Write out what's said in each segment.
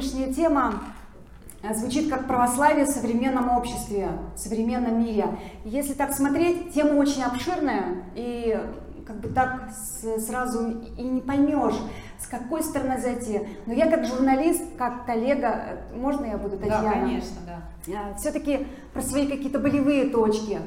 сегодняшняя тема звучит как православие в современном обществе, в современном мире. Если так смотреть, тема очень обширная, и как бы так сразу и не поймешь, с какой стороны зайти. Но я как журналист, как коллега, можно я буду, Татьяна? Да, конечно, да. Все-таки про свои какие-то болевые точки.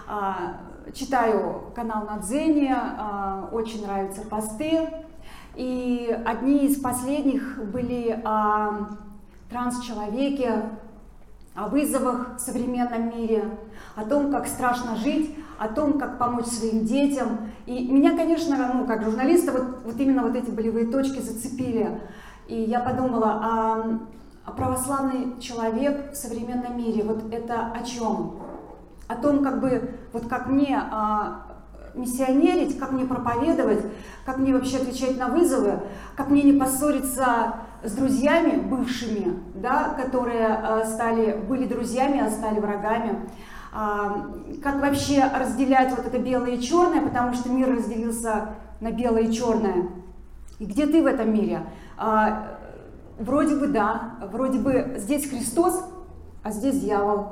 Читаю канал на Дзене, очень нравятся посты. И одни из последних были о транс-человеке, о вызовах в современном мире, о том, как страшно жить, о том, как помочь своим детям. И меня, конечно, как журналиста, вот именно вот эти болевые точки зацепили. И я подумала, а православный человек в современном мире, вот это о чем? О том, как бы, вот как мне миссионерить, как мне проповедовать, как мне вообще отвечать на вызовы, как мне не поссориться с друзьями бывшими, да, которые были друзьями, а стали врагами, как вообще разделять вот это белое и черное, потому что мир разделился на белое и черное. И где ты в этом мире? Вроде бы да, вроде бы здесь Христос, а здесь дьявол.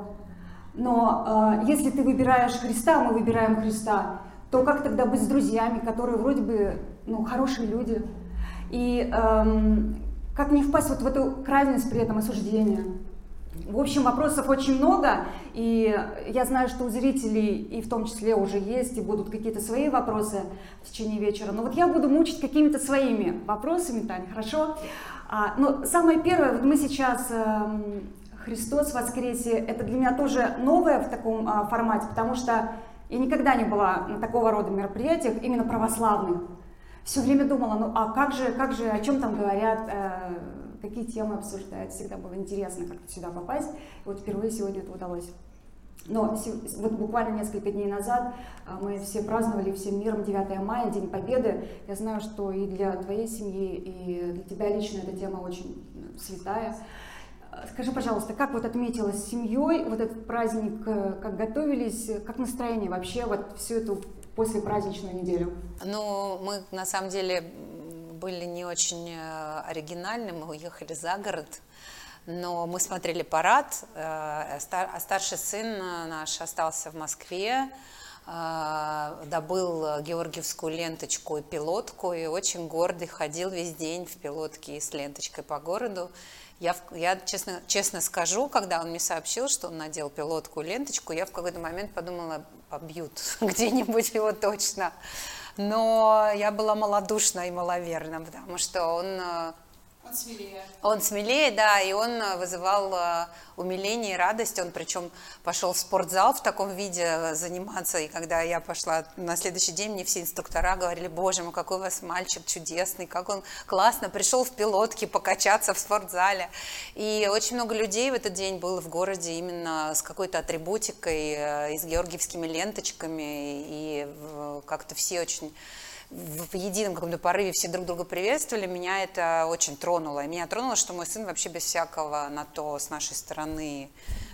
Но если ты выбираешь Христа, мы выбираем Христа, то как тогда быть с друзьями, которые вроде бы хорошие люди? И как не впасть вот в эту крайность при этом осуждения? В общем, вопросов очень много, и я знаю, что у зрителей и в том числе уже есть, и будут какие-то свои вопросы в течение вечера. Но вот я буду мучить какими-то своими вопросами, Таня, хорошо? Но самое первое, вот мы сейчас... Христос воскресе, это для меня тоже новое в таком формате, потому что я никогда не была на такого рода мероприятиях, именно православных. Все время думала, как же, о чем там говорят, какие темы обсуждают. Всегда было интересно как-то сюда попасть. И вот впервые сегодня это удалось. Но вот буквально несколько дней назад мы все праздновали всем миром 9 мая, День Победы. Я знаю, что и для твоей семьи, и для тебя лично эта тема очень святая. Скажи, пожалуйста, как вот отметилась с семьей вот этот праздник, как готовились, как настроение вообще вот всю эту послепраздничную неделю? Ну, мы на самом деле были не очень оригинальны, мы уехали за город, но мы смотрели парад, а старший сын наш остался в Москве, добыл георгиевскую ленточку и пилотку, и очень гордый ходил весь день в пилотке и с ленточкой по городу. Я честно скажу, когда он мне сообщил, что он надел пилотку и ленточку, я в какой-то момент подумала, побьют где-нибудь его точно. Но я была малодушна и маловерна, потому что он смелее. Он смелее, да, и он вызывал умиление и радость. Он причем пошел в спортзал в таком виде заниматься, и когда я пошла на следующий день, мне все инструктора говорили: боже мой, какой у вас мальчик чудесный, как он классно пришел в пилотке покачаться в спортзале. И очень много людей в этот день было в городе именно с какой-то атрибутикой, и с георгиевскими ленточками, и как-то все очень... в едином каком-то порыве все друг друга приветствовали, меня это очень тронуло. И меня тронуло, что мой сын вообще без всякого на то с нашей стороны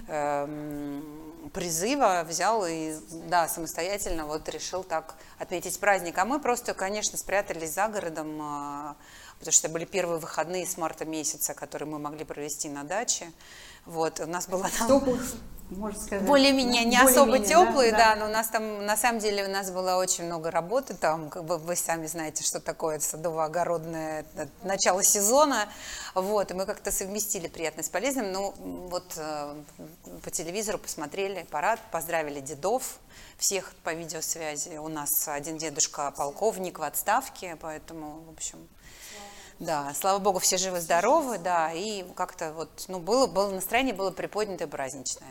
призыва взял и, да, самостоятельно вот решил так отметить праздник. А мы просто, конечно, спрятались за городом, потому что это были первые выходные с марта месяца, которые мы могли провести на даче. Вот, у нас была там... Можно сказать. Более-менее, не особо теплые, да, но у нас там, на самом деле, у нас было очень много работы, там, как бы вы сами знаете, что такое садово-огородное начало сезона, вот, и мы как-то совместили приятное с полезным, ну, вот по телевизору посмотрели парад, поздравили дедов, всех по видеосвязи, у нас один дедушка полковник в отставке, поэтому, в общем... Да, слава богу, все живы-здоровы, да, и как-то вот, было настроение, было приподнятое, праздничное.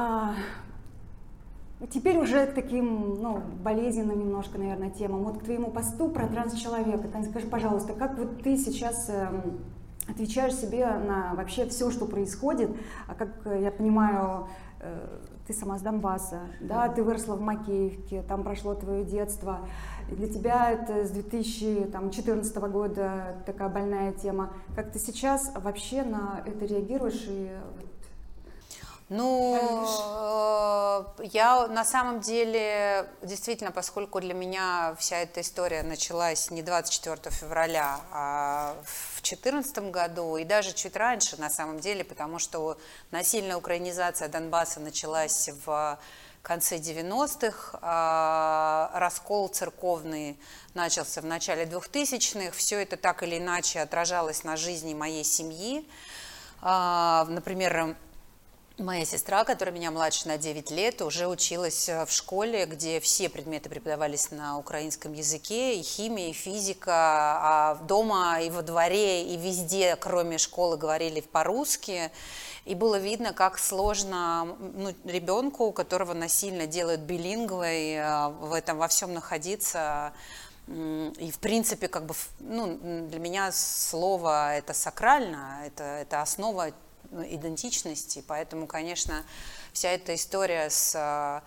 Теперь уже к таким, болезненным немножко, наверное, темам. Вот к твоему посту про транс-человека. Таня, скажи, пожалуйста, как вот ты сейчас отвечаешь себе на вообще все, что происходит? А как я понимаю, ты сама с Донбасса, да, ты выросла в Макеевке, там прошло твое детство. И для тебя это с 2014 года такая больная тема. Как ты сейчас вообще на это реагируешь? И... я на самом деле, действительно, поскольку для меня вся эта история началась не 24 февраля, а в 2014 году, и даже чуть раньше, на самом деле, потому что насильная украинизация Донбасса началась в конце 90-х, раскол церковный начался в начале 2000-х, все это так или иначе отражалось на жизни моей семьи. Например, моя сестра, которая меня младше на 9 лет, уже училась в школе, где все предметы преподавались на украинском языке, и химия, и физика, а дома, и во дворе, и везде, кроме школы, говорили по-русски. И было видно, как сложно ребенку, у которого насильно делают билингвой, в этом во всем находиться. И, в принципе, как бы, для меня слово это сакрально, это основа идентичности, поэтому, конечно, вся эта история с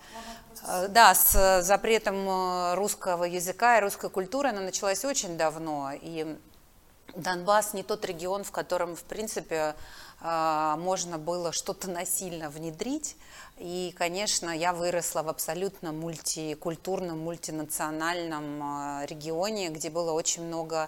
запретом русского языка и русской культуры, она началась очень давно, и Донбасс не тот регион, в котором, в принципе, можно было что-то насильно внедрить, и, конечно, я выросла в абсолютно мультикультурном, мультинациональном регионе, где было очень много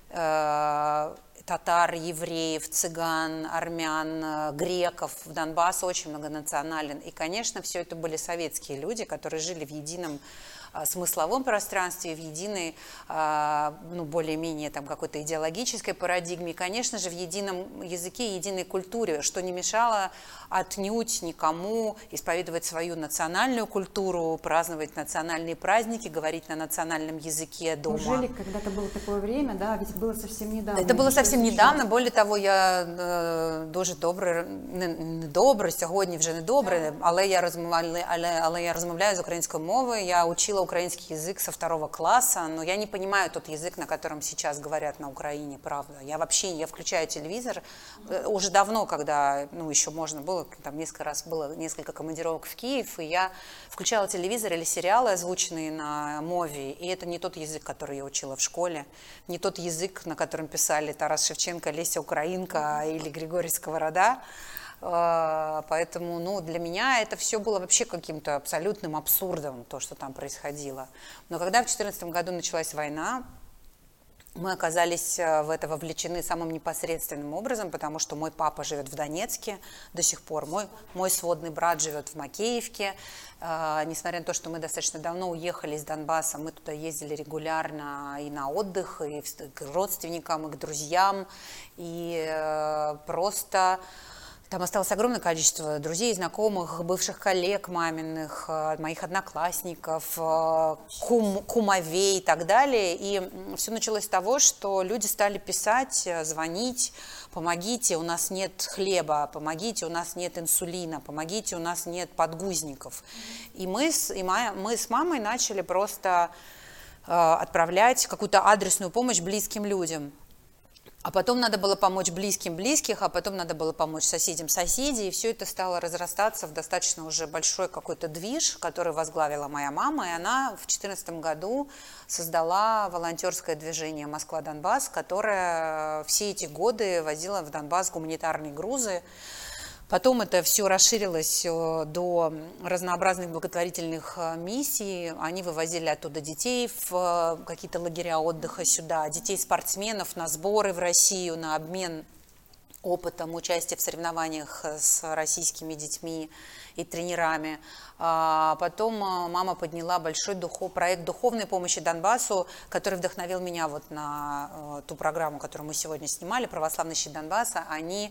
татар, евреев, цыган, армян, греков. В Донбассе очень многонационален. И, конечно, все это были советские люди, которые жили в едином смысловом пространстве, в единой, более-менее там какой-то идеологической парадигме, и, конечно же, в едином языке, единой культуре, что не мешало отнюдь никому исповедовать свою национальную культуру, праздновать национальные праздники, говорить на национальном языке дома. Неужели когда-то было такое время, да, ведь было совсем недавно. Это было совсем недавно, более того, я дуже добре, сьогодні вже не добре, але я розмовляю з українською мовою, я учила украинский язык со 2 класса, но я не понимаю тот язык, на котором сейчас говорят на Украине, правда. Я включаю телевизор уже давно, когда, еще можно было, там несколько раз было несколько командировок в Киев, и я включала телевизор или сериалы, озвученные на мове, и это не тот язык, который я учила в школе, не тот язык, на котором писали Тарас Шевченко, Леся Украинка или Григорий Сковорода. Поэтому, для меня это все было вообще каким-то абсолютным абсурдом, то, что там происходило. Но когда в 2014 году началась война, мы оказались в это вовлечены самым непосредственным образом, потому что мой папа живет в Донецке до сих пор, мой сводный брат живет в Макеевке. Несмотря на то, что мы достаточно давно уехали из Донбасса, мы туда ездили регулярно и на отдых, и к родственникам, и к друзьям, и просто... Там осталось огромное количество друзей, знакомых, бывших коллег маминых, моих одноклассников, кумовей и так далее. И все началось с того, что люди стали писать, звонить: помогите, у нас нет хлеба, помогите, у нас нет инсулина, помогите, у нас нет подгузников. И мы с мамой начали просто отправлять какую-то адресную помощь близким людям. А потом надо было помочь близким близких, а потом надо было помочь соседям соседей, и все это стало разрастаться в достаточно уже большой какой-то движ, который возглавила моя мама, и она в 2014 году создала волонтерское движение «Москва-Донбасс», которое все эти годы возило в Донбасс гуманитарные грузы. Потом это все расширилось до разнообразных благотворительных миссий. Они вывозили оттуда детей в какие-то лагеря отдыха сюда, детей-спортсменов на сборы в Россию, на обмен опытом участия в соревнованиях с российскими детьми и тренерами. Потом мама подняла большой проект духовной помощи Донбассу, который вдохновил меня вот на ту программу, которую мы сегодня снимали, «Православный щит Донбасса». Они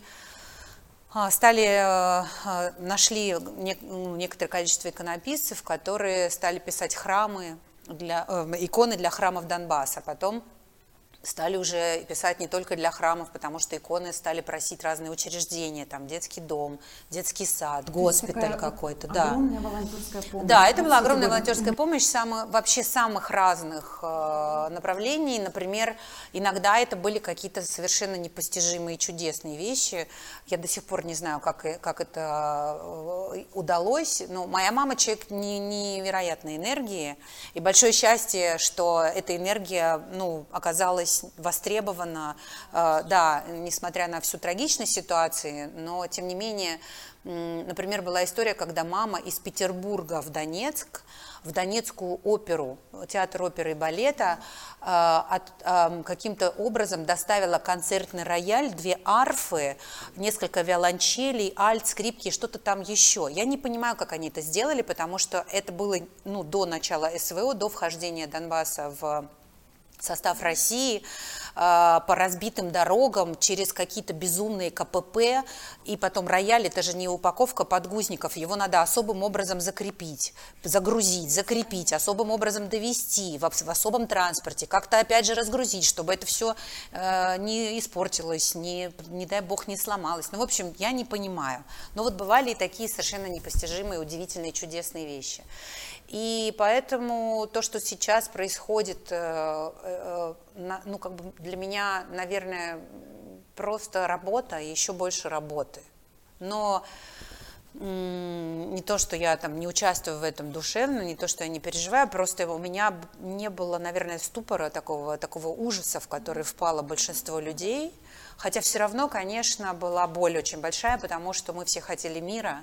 нашли некоторое количество иконописцев, которые стали писать иконы для храмов Донбасса. Потом стали уже писать не только для храмов, потому что иконы стали просить разные учреждения, там детский дом, детский сад, госпиталь какой-то. Огромная волонтерская помощь. Да, это была огромная волонтерская помощь вообще самых разных направлений. Например, иногда это были какие-то совершенно непостижимые чудесные вещи. Я до сих пор не знаю, как это удалось. Но моя мама человек невероятной энергии. И большое счастье, что эта энергия оказалась осталось востребовано, да, несмотря на всю трагичность ситуации, но тем не менее, например, была история, когда мама из Петербурга в Донецк, в Донецкую оперу, театр оперы и балета, каким-то образом доставила концертный рояль, 2 арфы, несколько виолончелей, альт, скрипки, что-то там еще. Я не понимаю, как они это сделали, потому что это было до начала СВО, до вхождения Донбасса в состав России, по разбитым дорогам, через какие-то безумные КПП, и потом рояль, это же не упаковка подгузников, его надо особым образом закрепить, загрузить, закрепить, особым образом довести в особом транспорте, как-то опять же разгрузить, чтобы это все не испортилось, не дай бог не сломалось. Ну, в общем, я не понимаю. Но вот бывали и такие совершенно непостижимые, удивительные, чудесные вещи. И поэтому то, что сейчас происходит, ну, как бы для меня, наверное, просто работа и еще больше работы. Но не то, что я там не участвую в этом душевно, не то, что я не переживаю, просто у меня не было, наверное, ступора, такого ужаса, в который впало большинство людей. Хотя все равно, конечно, была боль очень большая, потому что мы все хотели мира.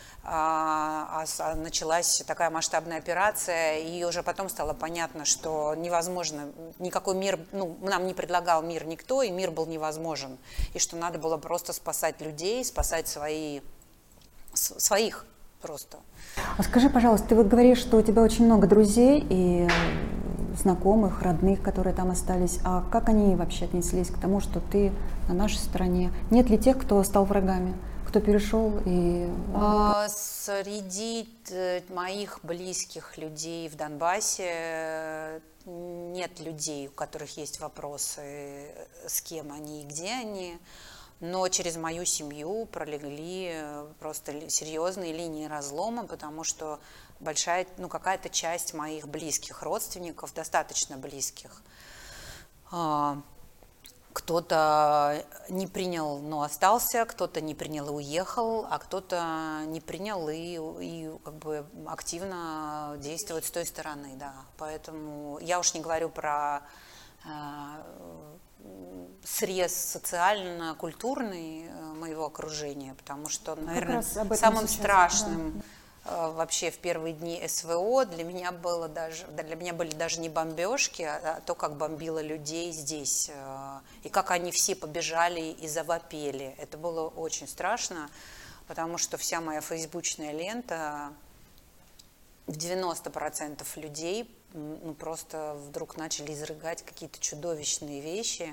Началась такая масштабная операция, и уже потом стало понятно, что невозможно, никакой мир, ну, нам не предлагал мир никто, и мир был невозможен, и что надо было просто спасать людей, спасать своих просто. А скажи, пожалуйста, ты вот говоришь, что у тебя очень много друзей и знакомых, родных, которые там остались, а как они вообще отнеслись к тому, что ты на нашей стороне? Нет ли тех, кто стал врагами? Кто перешел и... Среди моих близких людей в Донбассе нет людей, у которых есть вопросы, с кем они и где они, но через мою семью пролегли просто серьезные линии разлома, потому что какая-то часть моих близких родственников, достаточно близких, кто-то не принял, но остался, кто-то не принял и уехал, а кто-то не принял и как бы активно действует с той стороны, да. Поэтому я уж не говорю про срез социально-культурный моего окружения, потому что, наверное, самым страшным... Да. Вообще в первые дни СВО для меня были даже не бомбежки, а то, как бомбило людей здесь, и как они все побежали и завопели. Это было очень страшно, потому что вся моя фейсбучная лента, в 90% людей просто вдруг начали изрыгать какие-то чудовищные вещи,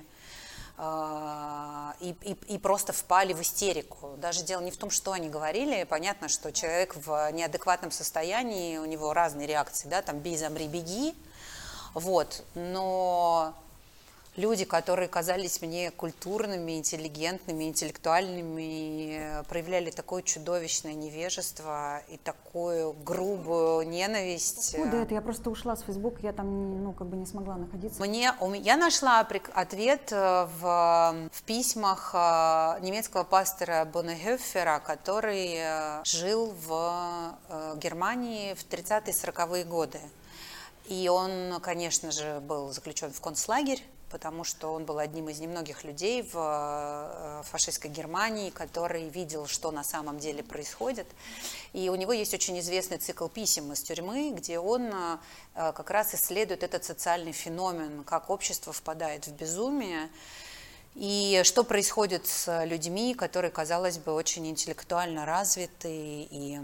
и просто впали в истерику. Даже дело не в том, что они говорили. Понятно, что человек в неадекватном состоянии, у него разные реакции, да, там «бей, замри, беги», вот, но люди, которые казались мне культурными, интеллигентными, интеллектуальными, проявляли такое чудовищное невежество и такую грубую ненависть. Откуда это? Я просто ушла с Фейсбука, я там как бы не смогла находиться. Я нашла ответ в письмах немецкого пастора Боннехёфера, который жил в Германии в 30-40-е годы. И он, конечно же, был заключен в концлагерь, потому что он был одним из немногих людей в фашистской Германии, который видел, что на самом деле происходит. И у него есть очень известный цикл писем из тюрьмы, где он как раз исследует этот социальный феномен, как общество впадает в безумие, и что происходит с людьми, которые, казалось бы, очень интеллектуально развиты и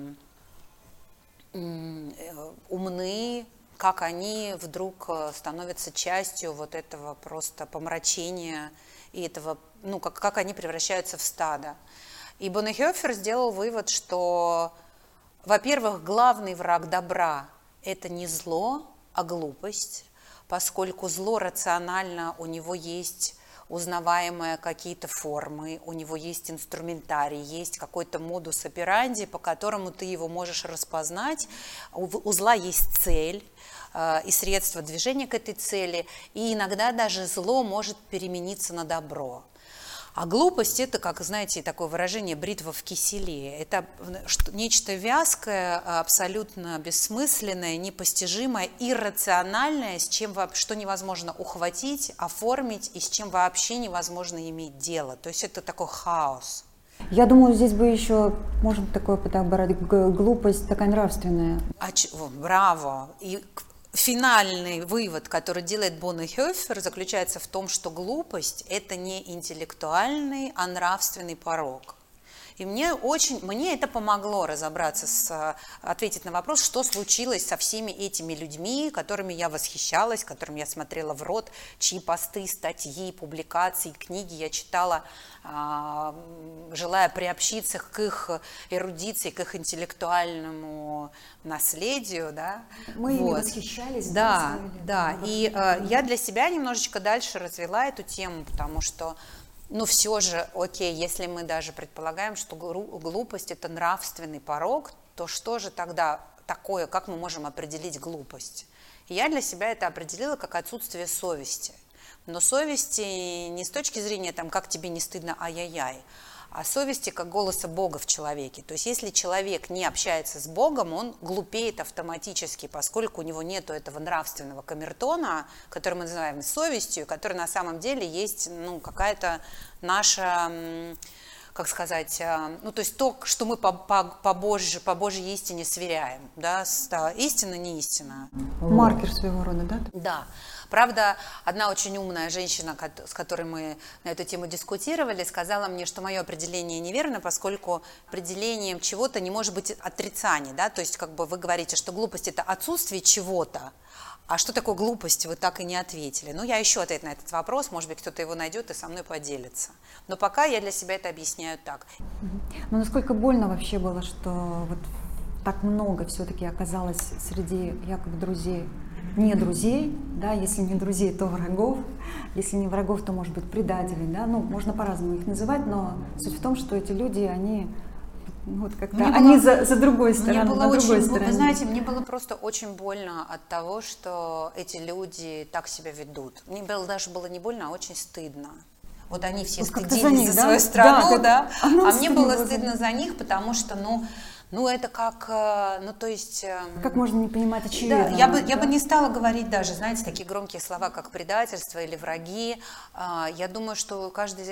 умны, как они вдруг становятся частью вот этого просто помрачения и этого, как они превращаются в стадо. И Боннехёфер сделал вывод, что, во-первых, главный враг добра – это не зло, а глупость, поскольку зло рационально, у него есть узнаваемые какие-то формы, у него есть инструментарий, есть какой-то модус операнди, по которому ты его можешь распознать. У зла есть цель и средства движения к этой цели, и иногда даже зло может перемениться на добро. А глупость – это, как, знаете, такое выражение «бритва в киселе». Это нечто вязкое, абсолютно бессмысленное, непостижимое, иррациональное, что невозможно ухватить, оформить и с чем вообще невозможно иметь дело. То есть это такой хаос. Я думаю, здесь бы еще, можно такое подобрать, глупость такая нравственная. Браво! И финальный вывод, который делает Бонхофер, заключается в том, что глупость – это не интеллектуальный, а нравственный порок. И мне это помогло разобраться, ответить на вопрос, что случилось со всеми этими людьми, которыми я восхищалась, которым я смотрела в рот, чьи посты, статьи, публикации, книги я читала, желая приобщиться к их эрудиции, к их интеллектуальному наследию. Да? Мы ими восхищались. Да. И я для себя немножечко дальше развела эту тему, потому что все же, окей, если мы даже предполагаем, что глупость – это нравственный порок, то что же тогда такое, как мы можем определить глупость? И я для себя это определила как отсутствие совести. Но совести не с точки зрения, как тебе не стыдно, ай-яй-яй, а совести как голоса Бога в человеке. То есть если человек не общается с Богом, он глупеет автоматически, поскольку у него нет этого нравственного камертона, который мы называем совестью, который на самом деле есть какая-то наша, как сказать, то есть то, что мы по Божьей истине сверяем. Да? Истина, не истина. Маркер своего рода, да? Да. Правда, одна очень умная женщина, с которой мы на эту тему дискутировали, сказала мне, что мое определение неверно, поскольку определением чего-то не может быть отрицание. Да? То есть вы говорите, что глупость – это отсутствие чего-то, а что такое глупость, вы так и не ответили. Я ищу ответ на этот вопрос, может быть, кто-то его найдет и со мной поделится. Но пока я для себя это объясняю так. Но насколько больно вообще было, что вот так много все-таки оказалось среди якобы друзей, не друзей, да, если не друзей, то врагов, если не врагов, то, может быть, предателей, да, можно по-разному их называть, но суть в том, что эти люди, они они за другой стороной, на другой стороне. Вы знаете, мне было просто очень больно от того, что эти люди так себя ведут. Мне даже было не больно, а очень стыдно. Вот они все стыдились за свою страну, да, а мне было стыдно за них, потому что, это как, то есть… Как можно не понимать очевидно? Да, я бы не стала говорить даже, знаете, такие громкие слова, как предательство или враги. Я думаю, что каждый из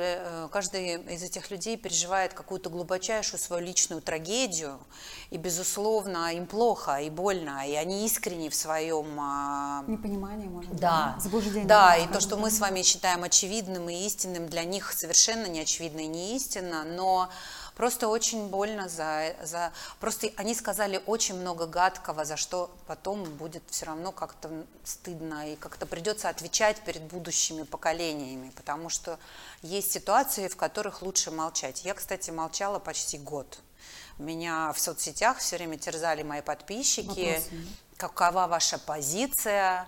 этих людей переживает какую-то глубочайшую свою личную трагедию, и, безусловно, им плохо и больно, и они искренни в своем… Непонимании, может быть, заблуждении. Да, и то, что мы с вами считаем очевидным и истинным, для них совершенно не очевидно и не истинно, но… Просто очень больно Просто они сказали очень много гадкого, за что потом будет все равно как-то стыдно, и как-то придется отвечать перед будущими поколениями, потому что есть ситуации, в которых лучше молчать. Я, кстати, молчала почти год. Меня в соцсетях все время терзали мои подписчики. Какова ваша позиция?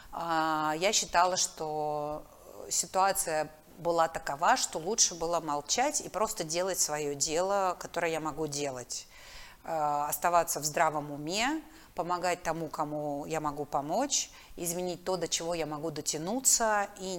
Я считала, что ситуация была такова, что лучше было молчать и просто делать свое дело, которое я могу делать. Оставаться в здравом уме, помогать тому, кому я могу помочь, изменить то, до чего я могу дотянуться, и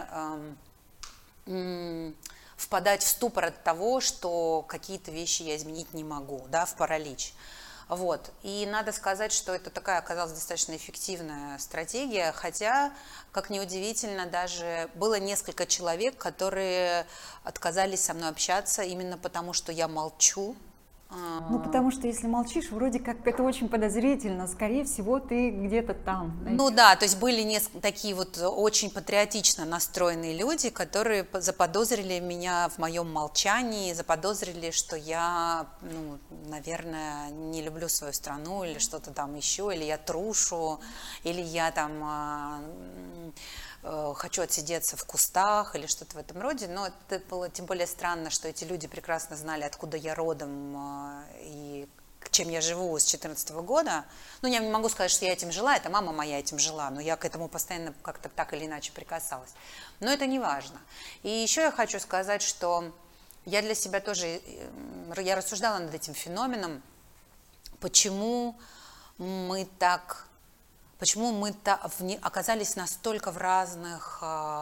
не впадать в ступор от того, что какие-то вещи я изменить не могу, да, в паралич. И надо сказать, что это такая оказалась достаточно эффективная стратегия, хотя, как ни удивительно, даже было несколько человек, которые отказались со мной общаться именно потому, что я молчу. Потому что если молчишь, вроде как это очень подозрительно, скорее всего, ты где-то там. Да, то есть были такие очень патриотично настроенные люди, которые заподозрили меня в моем молчании, заподозрили, что я, наверное, не люблю свою страну или что-то там еще, или я трушу, или я там… хочу отсидеться в кустах или что-то в этом роде, но это было тем более странно, что эти люди прекрасно знали, откуда я родом и чем я живу с 2014 года. Я не могу сказать, что я этим жила, это мама моя этим жила, но я к этому постоянно как-то так или иначе прикасалась. Но это не важно. И еще я хочу сказать, что я для себя тоже, я рассуждала над этим феноменом, почему мы так Почему мы оказались настолько в разных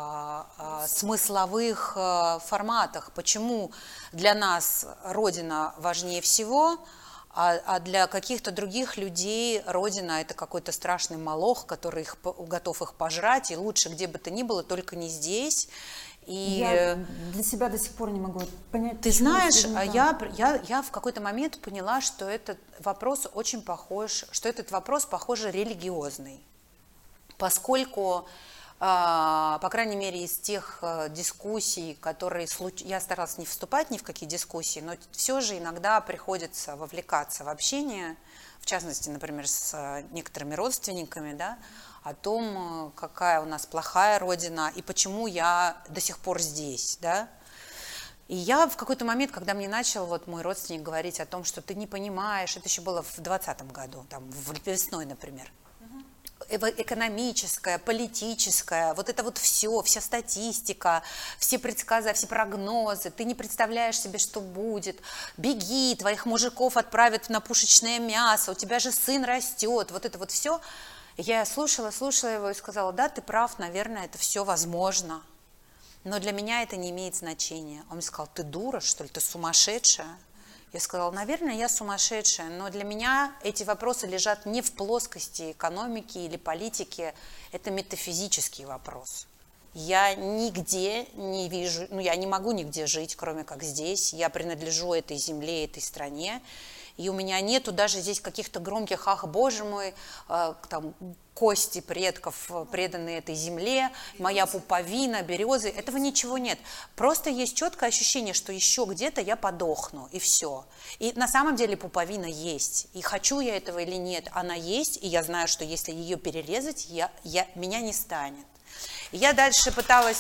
смысловых форматах? Почему для нас Родина важнее всего, а для каких-то других людей Родина – это какой-то страшный молох, который готов их пожрать, и лучше где бы то ни было, только не здесь. И я для себя до сих пор не могу понять. Ты знаешь, я в какой-то момент поняла, что этот вопрос очень похож, что этот вопрос, похоже, религиозный, поскольку, по крайней мере, из тех дискуссий, которые я старалась не вступать ни в какие дискуссии, но все же иногда приходится вовлекаться в общение, в частности, например, с некоторыми родственниками, да, о том, какая у нас плохая Родина и почему я до сих пор здесь, да. И я в какой-то момент, когда мне начал вот мой родственник говорить о том, что ты не понимаешь, это еще было в 2020 году, там, весной, например, экономическая, политическая, вот это вот все, вся статистика, все предсказания, все прогнозы, ты не представляешь себе, что будет, беги, твоих мужиков отправят на пушечное мясо, у тебя же сын растет, вот это вот все. Я слушала его и сказала: да, ты прав, наверное, это все возможно, но для меня это не имеет значения. Он мне сказал: ты дура, что ли, ты сумасшедшая? Я сказала: наверное, я сумасшедшая, но для меня эти вопросы лежат не в плоскости экономики или политики, это метафизический вопрос. Я нигде не вижу, я не могу нигде жить, кроме как здесь, я принадлежу этой земле, этой стране, и у меня нету даже здесь каких-то громких: ах, боже мой, там, кости предков, преданные этой земле, моя пуповина, березы, этого ничего нет. Просто есть четкое ощущение, что еще где-то я подохну, и все. И на самом деле пуповина есть, и хочу я этого или нет, она есть, и я знаю, что если ее перерезать, меня не станет. И я дальше пыталась...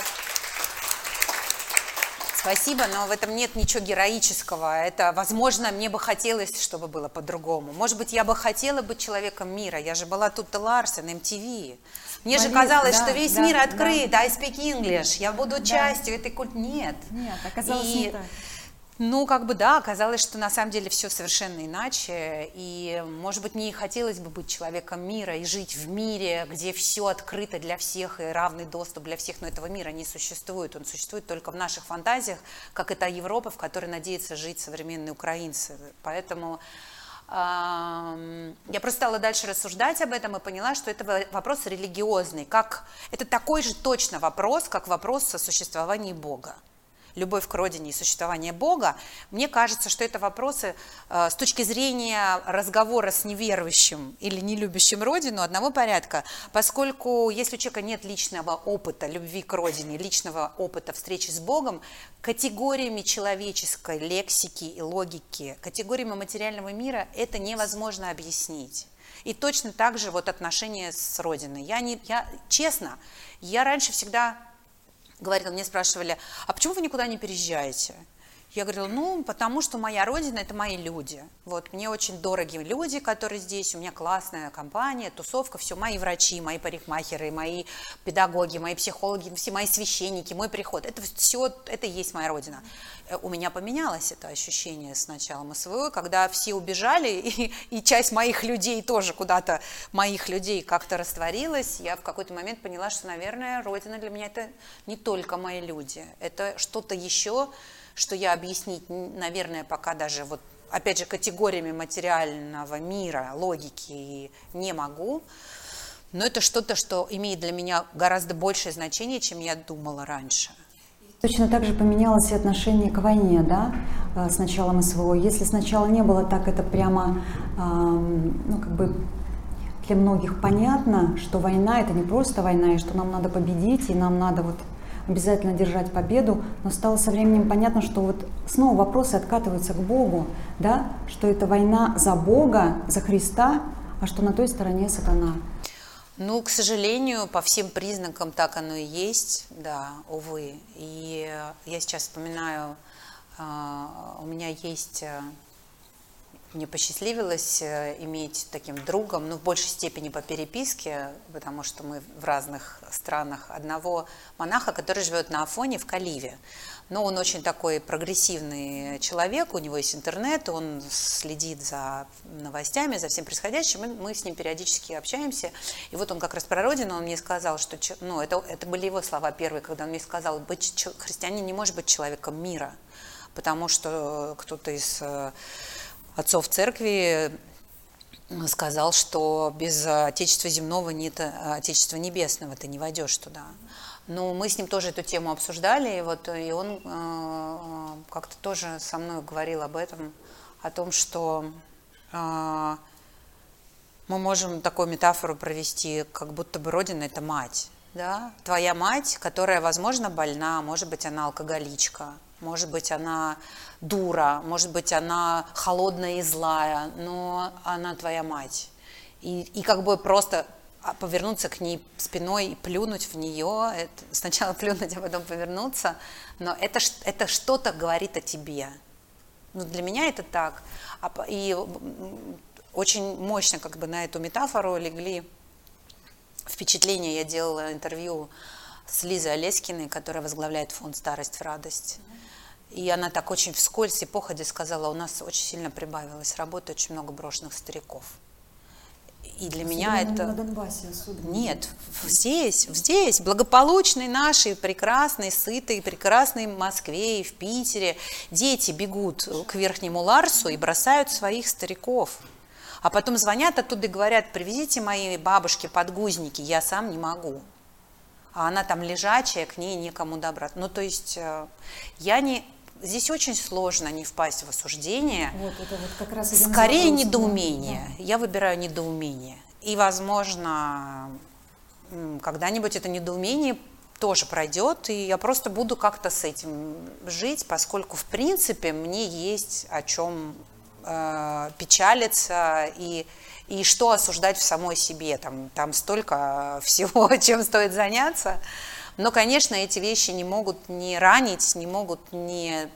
Спасибо, но в этом нет ничего героического. Это, возможно, мне бы хотелось, чтобы было по-другому. Может быть, я бы хотела быть человеком мира. Я же была тут Ларсен, MTV. Мне же казалось, что весь мир открыт, I speak English, я буду частью этой культуры. Нет. Нет, оказалось не так. Ну, как бы да, оказалось, что на самом деле все совершенно иначе, и, может быть, мне и хотелось бы быть человеком мира и жить в мире, где все открыто для всех и равный доступ для всех, но этого мира не существует, он существует только в наших фантазиях, как это Европа, в которой надеются жить современные украинцы, поэтому... Я просто стала дальше рассуждать об этом и поняла, что это вопрос религиозный, это такой же точно вопрос, как вопрос о существовании Бога. Любовь к родине и существование Бога, мне кажется, что это вопросы с точки зрения разговора с неверующим или не любящим родину одного порядка, поскольку если у человека нет личного опыта любви к родине, личного опыта встречи с Богом, категориями человеческой лексики и логики, категориями материального мира это невозможно объяснить. И точно так же вот отношения с родиной. Честно, я раньше всегда... Говорила, мне спрашивали: а почему вы никуда не переезжаете? Я говорила: потому что моя родина – это мои люди. Вот, мне очень дороги люди, которые здесь, у меня классная компания, тусовка, все, мои врачи, мои парикмахеры, мои педагоги, мои психологи, все мои священники, мой приход. Это все, это и есть моя родина. У меня поменялось это ощущение с началом СВО, когда все убежали, и часть моих людей тоже куда-то, моих людей как-то растворилась. Я в какой-то момент поняла, что, наверное, родина для меня – это не только мои люди, это что-то еще, что я объяснить, наверное, пока даже вот, опять же, категориями материального мира, логики не могу, но это что-то, что имеет для меня гораздо большее значение, чем я думала раньше. Точно так же поменялось и отношение к войне, да, с началом СВО. Если сначала не было так, это прямо, для многих понятно, что война – это не просто война, и что нам надо победить, и нам надо обязательно держать победу, но стало со временем понятно, что снова вопросы откатываются к Богу, да, что это война за Бога, за Христа, а что на той стороне сатана. К сожалению, по всем признакам так оно и есть, да, увы. И я сейчас вспоминаю, у меня есть мне посчастливилось иметь таким другом, ну, в большей степени по переписке, потому что мы в разных странах, одного монаха, который живет на Афоне в Каливе. Но он очень такой прогрессивный человек, у него есть интернет, он следит за новостями, за всем происходящим, и мы с ним периодически общаемся. И вот он как раз про родину, он мне сказал, что, ну, это были его слова первые, когда он мне сказал, христианин не может быть человеком мира, потому что кто-то из отцов церкви сказал, что без Отечества земного нет Отечества небесного, ты не войдешь туда. Но мы с ним тоже эту тему обсуждали, и он как-то тоже со мной говорил об этом, о том, что мы можем такую метафору провести, как будто бы Родина – это мать. Да? Твоя мать, которая, возможно, больна, может быть, она алкоголичка, может быть, она дура, может быть, она холодная и злая, но она твоя мать. И как бы просто повернуться к ней спиной и плюнуть в нее, это, сначала плюнуть, а потом повернуться, но это что-то говорит о тебе. Ну, для меня это так. И очень мощно как бы на эту метафору легли впечатления. Я делала интервью с Лизой Олескиной, которая возглавляет фонд «Старость в радость». И она так очень вскользь и походя сказала, у нас очень сильно прибавилось работы, очень много брошенных стариков. И для меня это... На Донбассе особенно. Нет, здесь, благополучной нашей, прекрасной, сытой, прекрасной Москве и в Питере дети бегут к Верхнему Ларсу и бросают своих стариков. А потом звонят оттуда и говорят, привезите моей бабушке подгузники, я сам не могу. А она там лежачая, к ней некому добраться. Ну, то есть здесь очень сложно не впасть в осуждение. Вот, это вот как раз скорее недоумение. Да. Я выбираю недоумение. И, возможно, когда-нибудь это недоумение тоже пройдет, и я просто буду как-то с этим жить, поскольку, в принципе, мне есть о чем печалиться и что осуждать в самой себе. Там столько всего, чем стоит заняться. Но, конечно, эти вещи не могут не ранить, не могут не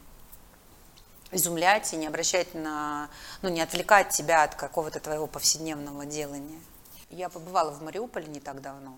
изумлять и не обращать не отвлекать тебя от какого-то твоего повседневного делания. Я побывала в Мариуполе не так давно,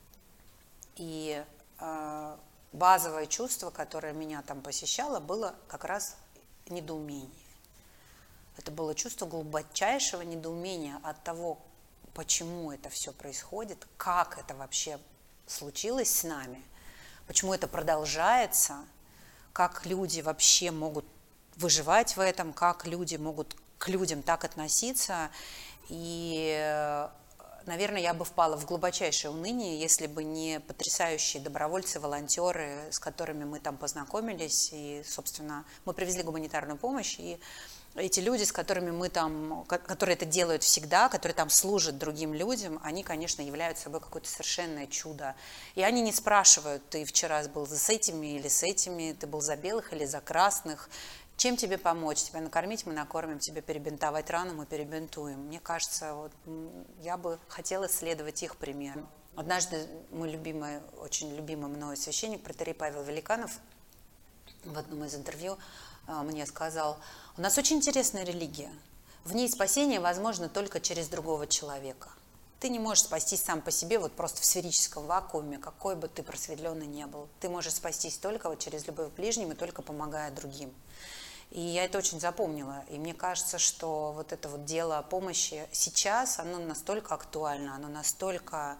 и базовое чувство, которое меня там посещало, было как раз недоумение. Это было чувство глубочайшего недоумения от того, почему это все происходит, как это вообще случилось с нами, почему это продолжается, как люди вообще могут выживать в этом, как люди могут к людям так относиться. И, наверное, я бы впала в глубочайшее уныние, если бы не потрясающие добровольцы, волонтеры, с которыми мы там познакомились. И, собственно, мы привезли гуманитарную помощь, и эти люди, с которыми мы там, которые это делают всегда, которые там служат другим людям, они, конечно, являются собой какое-то совершенное чудо. И они не спрашивают, ты вчера был с этими или с этими, ты был за белых или за красных, чем тебе помочь, тебя накормить, мы накормим, тебе перебинтовать рану, мы перебинтуем. Мне кажется, вот, я бы хотела следовать их примеру. Однажды мой очень любимый мной священник, протоиерей Павел Великанов, в одном из интервью мне сказал, у нас очень интересная религия, в ней спасение возможно только через другого человека. Ты не можешь спастись сам по себе вот просто в сферическом вакууме, какой бы ты просветленный ни был. Ты можешь спастись только вот через любовь к ближним и только помогая другим. И я это очень запомнила. И мне кажется, что вот это вот дело помощи сейчас, оно настолько актуально, оно настолько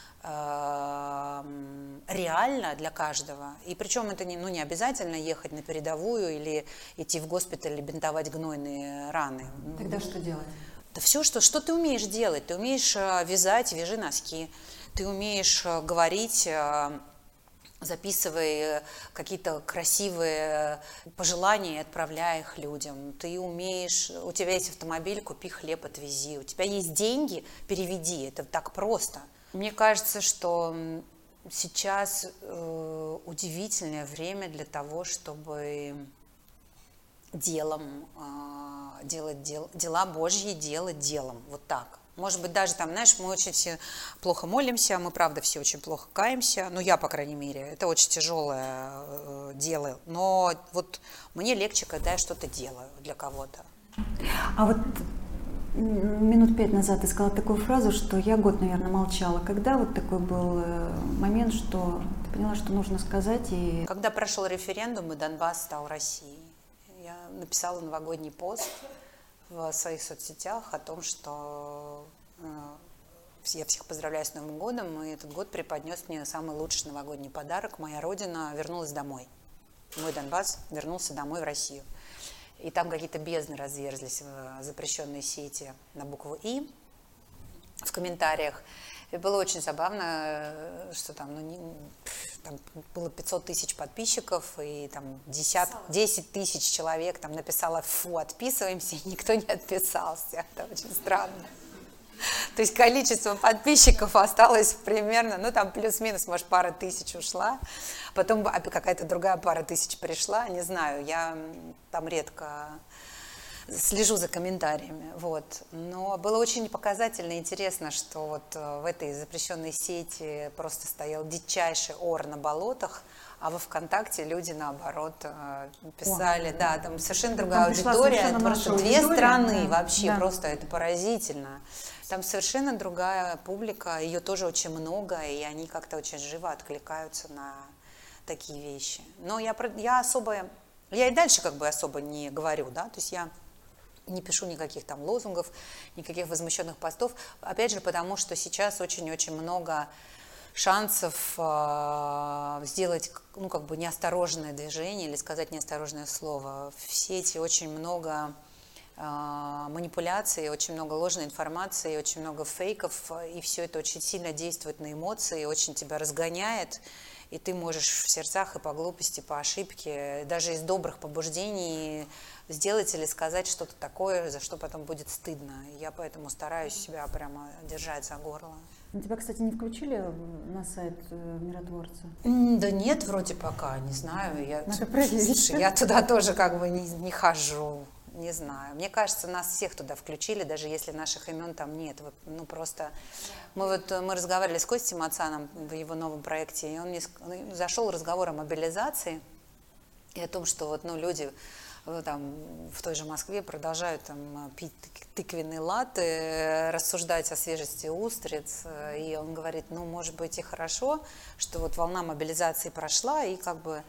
реально для каждого. И причем это не обязательно ехать на передовую или идти в госпиталь или бинтовать гнойные раны. Тогда что делать? Да все, что ты умеешь делать. Ты умеешь вязать, вяжи носки. Ты умеешь говорить, записывай какие-то красивые пожелания и отправляй их людям. Ты умеешь, у тебя есть автомобиль, купи хлеб, отвези. У тебя есть деньги, переведи. Это так просто. Мне кажется, что сейчас удивительное время для того, чтобы делать дела Божьи делать делом. Вот так. Может быть, даже там, знаешь, мы очень все плохо молимся, мы, правда, все очень плохо каемся. Ну, я, по крайней мере, это очень тяжелое дело. Но вот мне легче, когда я что-то делаю для кого-то. А вот минут 5 назад ты сказала такую фразу, что я год, наверное, молчала. Когда вот такой был момент, что ты поняла, что нужно сказать? И... Когда прошел референдум, и Донбасс стал Россией, я написала новогодний пост в своих соцсетях о том, что я всех поздравляю с Новым годом, и этот год преподнес мне самый лучший новогодний подарок. Моя родина вернулась домой. Мой Донбасс вернулся домой в Россию. И там какие-то бездны разверзлись в запрещенной сети на букву «И» в комментариях. И было очень забавно, что там, там было 500 тысяч подписчиков, и там 10 тысяч человек там написало «фу, отписываемся», и никто не отписался. Это очень странно. То есть количество подписчиков осталось примерно, ну там плюс-минус, может, пара тысяч ушла, потом какая-то другая пара тысяч пришла, не знаю, я там редко слежу за комментариями, вот. Но было очень показательно и интересно, что вот в этой запрещенной сети просто стоял дичайший ор на болотах, а во ВКонтакте люди, наоборот, писали, да, там совершенно другая аудитория, это просто две страны вообще, да. Просто это поразительно. Там совершенно другая публика, ее тоже очень много, и они как-то очень живо откликаются на такие вещи. Но я и дальше как бы особо не говорю, да, то есть я не пишу никаких там лозунгов, никаких возмущенных постов, опять же, потому что сейчас очень-очень много шансов сделать, ну, как бы неосторожное движение или сказать неосторожное слово. В сети очень много манипуляций, очень много ложной информации, очень много фейков, и все это очень сильно действует на эмоции, очень тебя разгоняет, и ты можешь в сердцах и по глупости, по ошибке, даже из добрых побуждений сделать или сказать что-то такое, за что потом будет стыдно. Я поэтому стараюсь себя прямо держать за горло. Тебя, кстати, не включили на сайт Миротворца? Да нет, вроде пока, не знаю. Надо проверить. Я туда тоже как бы не хожу. Не знаю. Мне кажется, нас всех туда включили, даже если наших имен там нет. Ну, просто мы разговаривали с Костей Мацаном в его новом проекте, и он мне зашел разговор о мобилизации и о том, что вот, ну, люди там в той же Москве продолжают там пить тыквенные латте, рассуждать о свежести устриц. И он говорит, ну, может быть, и хорошо, что вот волна мобилизации прошла, и как бы,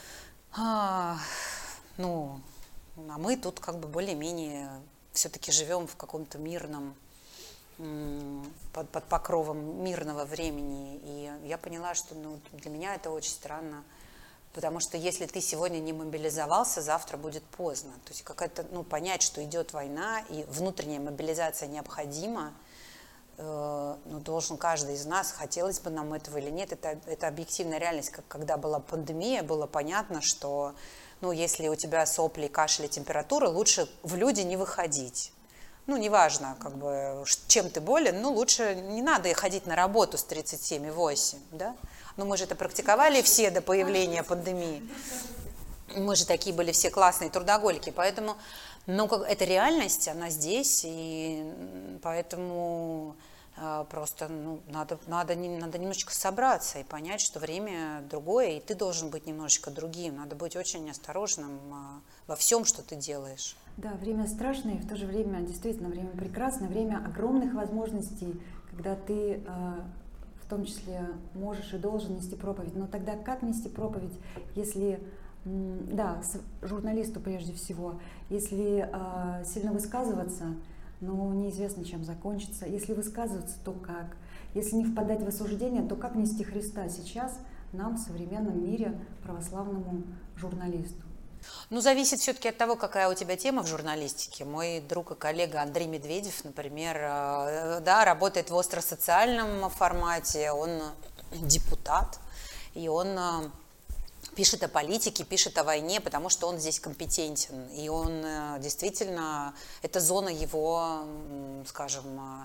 ну... А мы тут как бы более-менее все-таки живем в каком-то мирном, под покровом мирного времени. И я поняла, что, ну, для меня это очень странно, потому что если ты сегодня не мобилизовался, завтра будет поздно. То есть какая-то, ну, понять, что идет война и внутренняя мобилизация необходима, ну, должен каждый из нас, хотелось бы нам этого или нет, это объективная реальность. Когда была пандемия, было понятно, что, ну, если у тебя сопли, кашель, температура, лучше в люди не выходить. Ну, неважно, как бы, чем ты болен, ну, лучше не надо ходить на работу с 37,8, да? Ну, мы же это практиковали все до появления пандемии. Мы же такие были все классные трудоголики, поэтому, ну, это реальность, она здесь, и поэтому просто, ну, надо немножечко собраться и понять, что время другое, и ты должен быть немножечко другим. Надо быть очень осторожным во всем, что ты делаешь. Да, время страшное, и в то же время действительно время прекрасное, время огромных возможностей, когда ты в том числе можешь и должен нести проповедь. Но тогда как нести проповедь, если, да, журналисту прежде всего, если сильно высказываться, но неизвестно, чем закончится. Если высказываться, то как? Если не впадать в осуждение, то как нести Христа сейчас нам в современном мире, православному журналисту? Ну, зависит все-таки от того, какая у тебя тема в журналистике. Мой друг и коллега Андрей Медведев, например, да, работает в остросоциальном формате, он депутат, и он пишет о политике, пишет о войне, потому что он здесь компетентен. И он действительно, это зона его, скажем,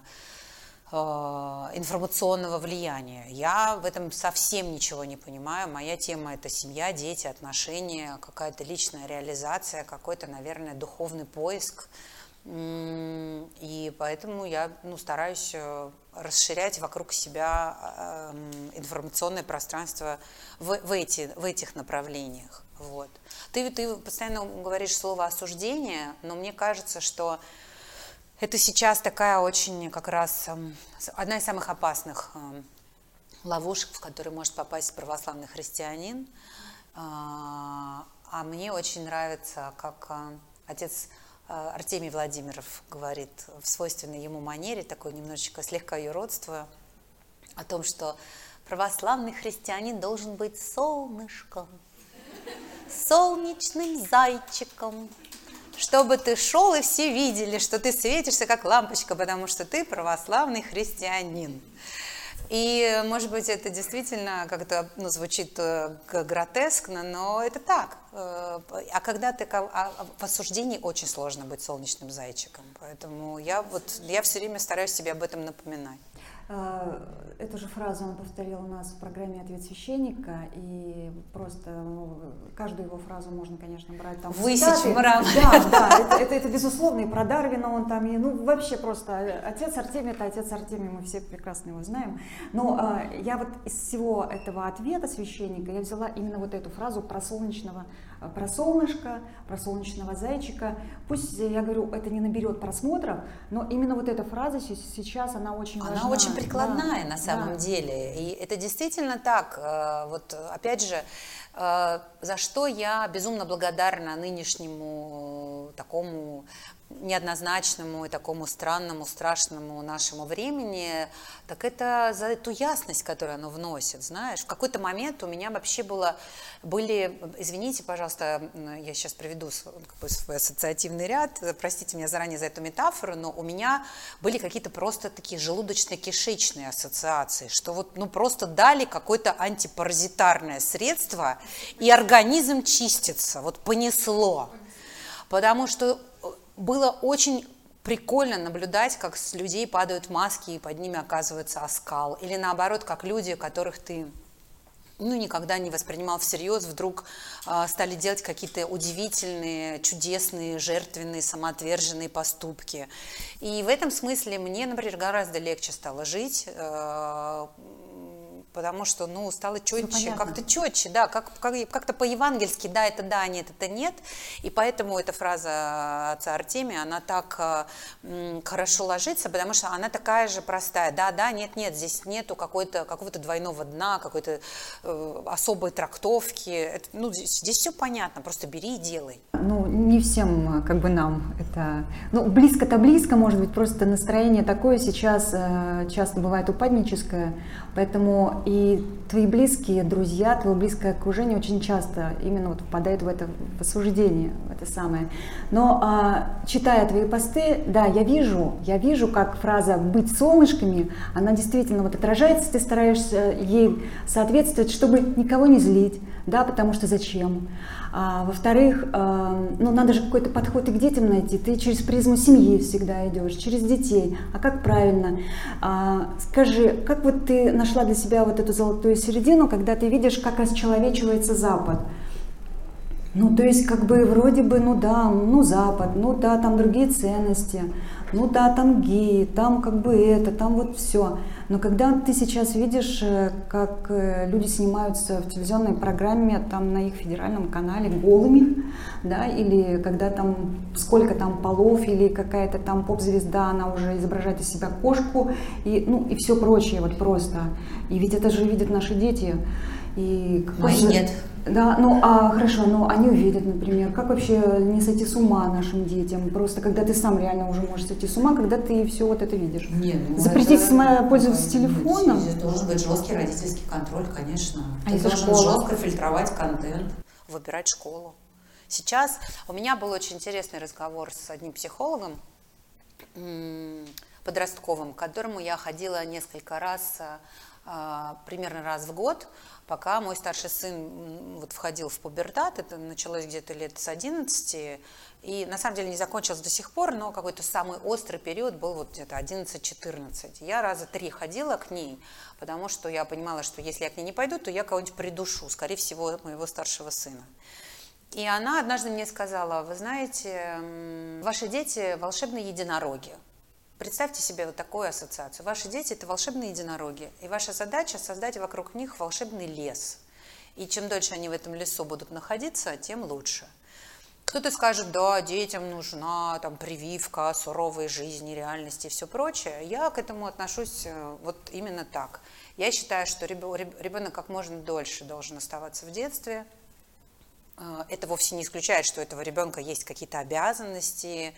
информационного влияния. Я в этом совсем ничего не понимаю. Моя тема – это семья, дети, отношения, какая-то личная реализация, какой-то, наверное, духовный поиск. И поэтому я, ну, стараюсь расширять вокруг себя информационное пространство в этих направлениях. Вот. Ты постоянно говоришь слово «осуждение», но мне кажется, что это сейчас такая очень как раз одна из самых опасных ловушек, в которые может попасть православный христианин. А мне очень нравится, как отец Артемий Владимиров говорит в свойственной ему манере, такой немножечко слегка юродство, о том, что православный христианин должен быть солнышком, солнечным зайчиком, чтобы ты шел и все видели, что ты светишься как лампочка, потому что ты православный христианин. И, может быть, это действительно как-то звучит гротескно, но это так. А когда ты в осуждении очень сложно быть солнечным зайчиком. Поэтому я все время стараюсь себе об этом напоминать. Эту же фразу он повторил у нас в программе «Ответ священника», и просто каждую его фразу можно, конечно, брать там высечь в рамы. Да, это безусловно, и про Дарвина он там, и вообще просто отец Артемий, это отец Артемий, мы все прекрасно его знаем. Но я вот из всего этого ответа священника я взяла именно вот эту фразу про солнышко, про солнечного зайчика. Пусть, я говорю, это не наберет просмотров, но именно вот эта фраза сейчас, она очень важна. Она очень прикладная, да, на самом деле. И это действительно так. Вот опять же, за что я безумно благодарна нынешнему такому неоднозначному и такому странному, страшному нашему времени, так это за эту ясность, которую оно вносит, знаешь. В какой-то момент у меня вообще были, извините, пожалуйста, я сейчас приведу свой ассоциативный ряд, простите меня заранее за эту метафору, но у меня были какие-то просто такие желудочно-кишечные ассоциации, что вот просто дали какое-то антипаразитарное средство, и организм чистится, вот понесло. Потому что было очень прикольно наблюдать, как с людей падают маски, и под ними оказывается оскал. Или наоборот, как люди, которых ты никогда не воспринимал всерьез, вдруг стали делать какие-то удивительные, чудесные, жертвенные, самоотверженные поступки. И в этом смысле мне, например, гораздо легче стало жить, потому что, стало четче, как-то четче, да, как-то по-евангельски, да, нет, это нет, и поэтому эта фраза отца Артемия, она так хорошо ложится, потому что она такая же простая, да, нет, здесь нету какого-то двойного дна, какой-то особой трактовки, здесь все понятно, просто бери и делай. Не всем, нам это, близко-то близко, может быть, просто настроение такое сейчас часто бывает упадническое, поэтому и твои близкие друзья, твое близкое окружение очень часто именно впадают в это в осуждение, в это самое. Но читая твои посты, да, я вижу, как фраза «быть солнышками», она действительно отражается, ты стараешься ей соответствовать, чтобы никого не злить, да, потому что зачем? Во-вторых, надо же какой-то подход и к детям найти. Ты через призму семьи всегда идешь, через детей. А как правильно? Скажи, как ты нашла для себя эту золотую середину, когда ты видишь, как расчеловечивается Запад? То есть, вроде бы, Запад, там другие ценности, там геи, там там все. Но когда ты сейчас видишь, как люди снимаются в телевизионной программе, там на их федеральном канале голыми, да, или когда там сколько там полов, или какая-то там поп-звезда, она уже изображает из себя кошку, и все прочее, просто. И ведь это же видят наши дети. И мои нет. Да, хорошо, они увидят, например, как вообще не сойти с ума нашим детям, просто когда ты сам реально уже можешь сойти с ума, когда ты все это видишь. Запретить пользоваться телефоном. Это должен быть жесткий родительский контроль, конечно. Ты если должен жестко фильтровать контент, выбирать школу. Сейчас у меня был очень интересный разговор с одним психологом подростковым, к которому я ходила несколько раз, примерно раз в год, пока мой старший сын входил в пубертат. Это началось где-то лет с 11, и на самом деле не закончилось до сих пор, но какой-то самый острый период был где-то 11-14. Я раза 3 ходила к ней, потому что я понимала, что если я к ней не пойду, то я кого-нибудь придушу, скорее всего, моего старшего сына. И она однажды мне сказала: вы знаете, ваши дети волшебные единороги. Представьте себе такую ассоциацию. Ваши дети – это волшебные единороги, и ваша задача – создать вокруг них волшебный лес. И чем дольше они в этом лесу будут находиться, тем лучше. Кто-то скажет, да, детям нужна там прививка суровой жизни, реальности и все прочее. Я к этому отношусь вот именно так. Я считаю, что ребенок как можно дольше должен оставаться в детстве. Это вовсе не исключает, что у этого ребенка есть какие-то обязанности,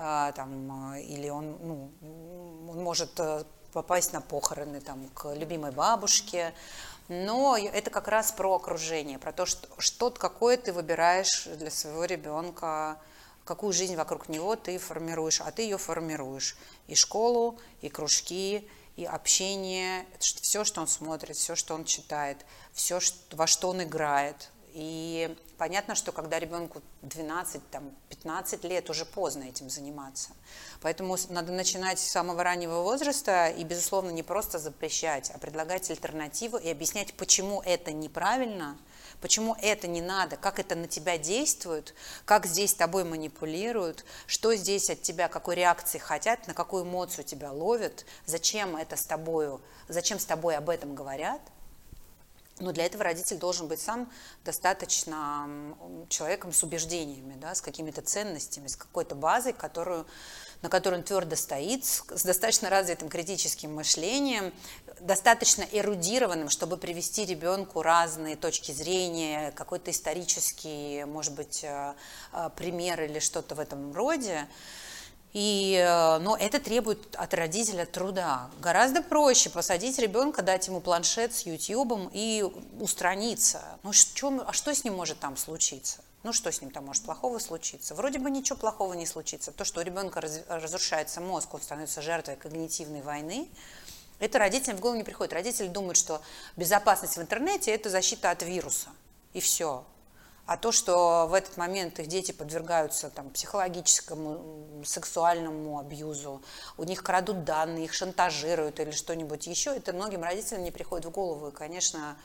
или он может попасть на похороны к любимой бабушке. Но это как раз про окружение, про то, что какое ты выбираешь для своего ребенка, какую жизнь вокруг него ты формируешь, а ты ее формируешь. И школу, и кружки, и общение, все, что он смотрит, все, что он читает, все, во что он играет. И понятно, что когда ребенку 12-15 лет, уже поздно этим заниматься. Поэтому надо начинать с самого раннего возраста и, безусловно, не просто запрещать, а предлагать альтернативу и объяснять, почему это неправильно, почему это не надо, как это на тебя действует, как здесь тобой манипулируют, что здесь от тебя, какой реакции хотят, на какую эмоцию тебя ловят, зачем с тобой об этом говорят. Но для этого родитель должен быть сам достаточно человеком с убеждениями, да, с какими-то ценностями, с какой-то базой, на которой он твердо стоит, с достаточно развитым критическим мышлением, достаточно эрудированным, чтобы привести ребенку разные точки зрения, какой-то исторический, может быть, пример или что-то в этом роде. Но это требует от родителя труда. Гораздо проще посадить ребенка, дать ему планшет с ютьюбом и устраниться. Что с ним может там случиться? Что с ним там может плохого случиться? Вроде бы ничего плохого не случится. То, что у ребенка разрушается мозг, он становится жертвой когнитивной войны, это родителям в голову не приходит. Родители думают, что безопасность в интернете – это защита от вируса. И все. А то, что в этот момент их дети подвергаются психологическому, сексуальному абьюзу, у них крадут данные, их шантажируют или что-нибудь еще, это многим родителям не приходит в голову. И, конечно,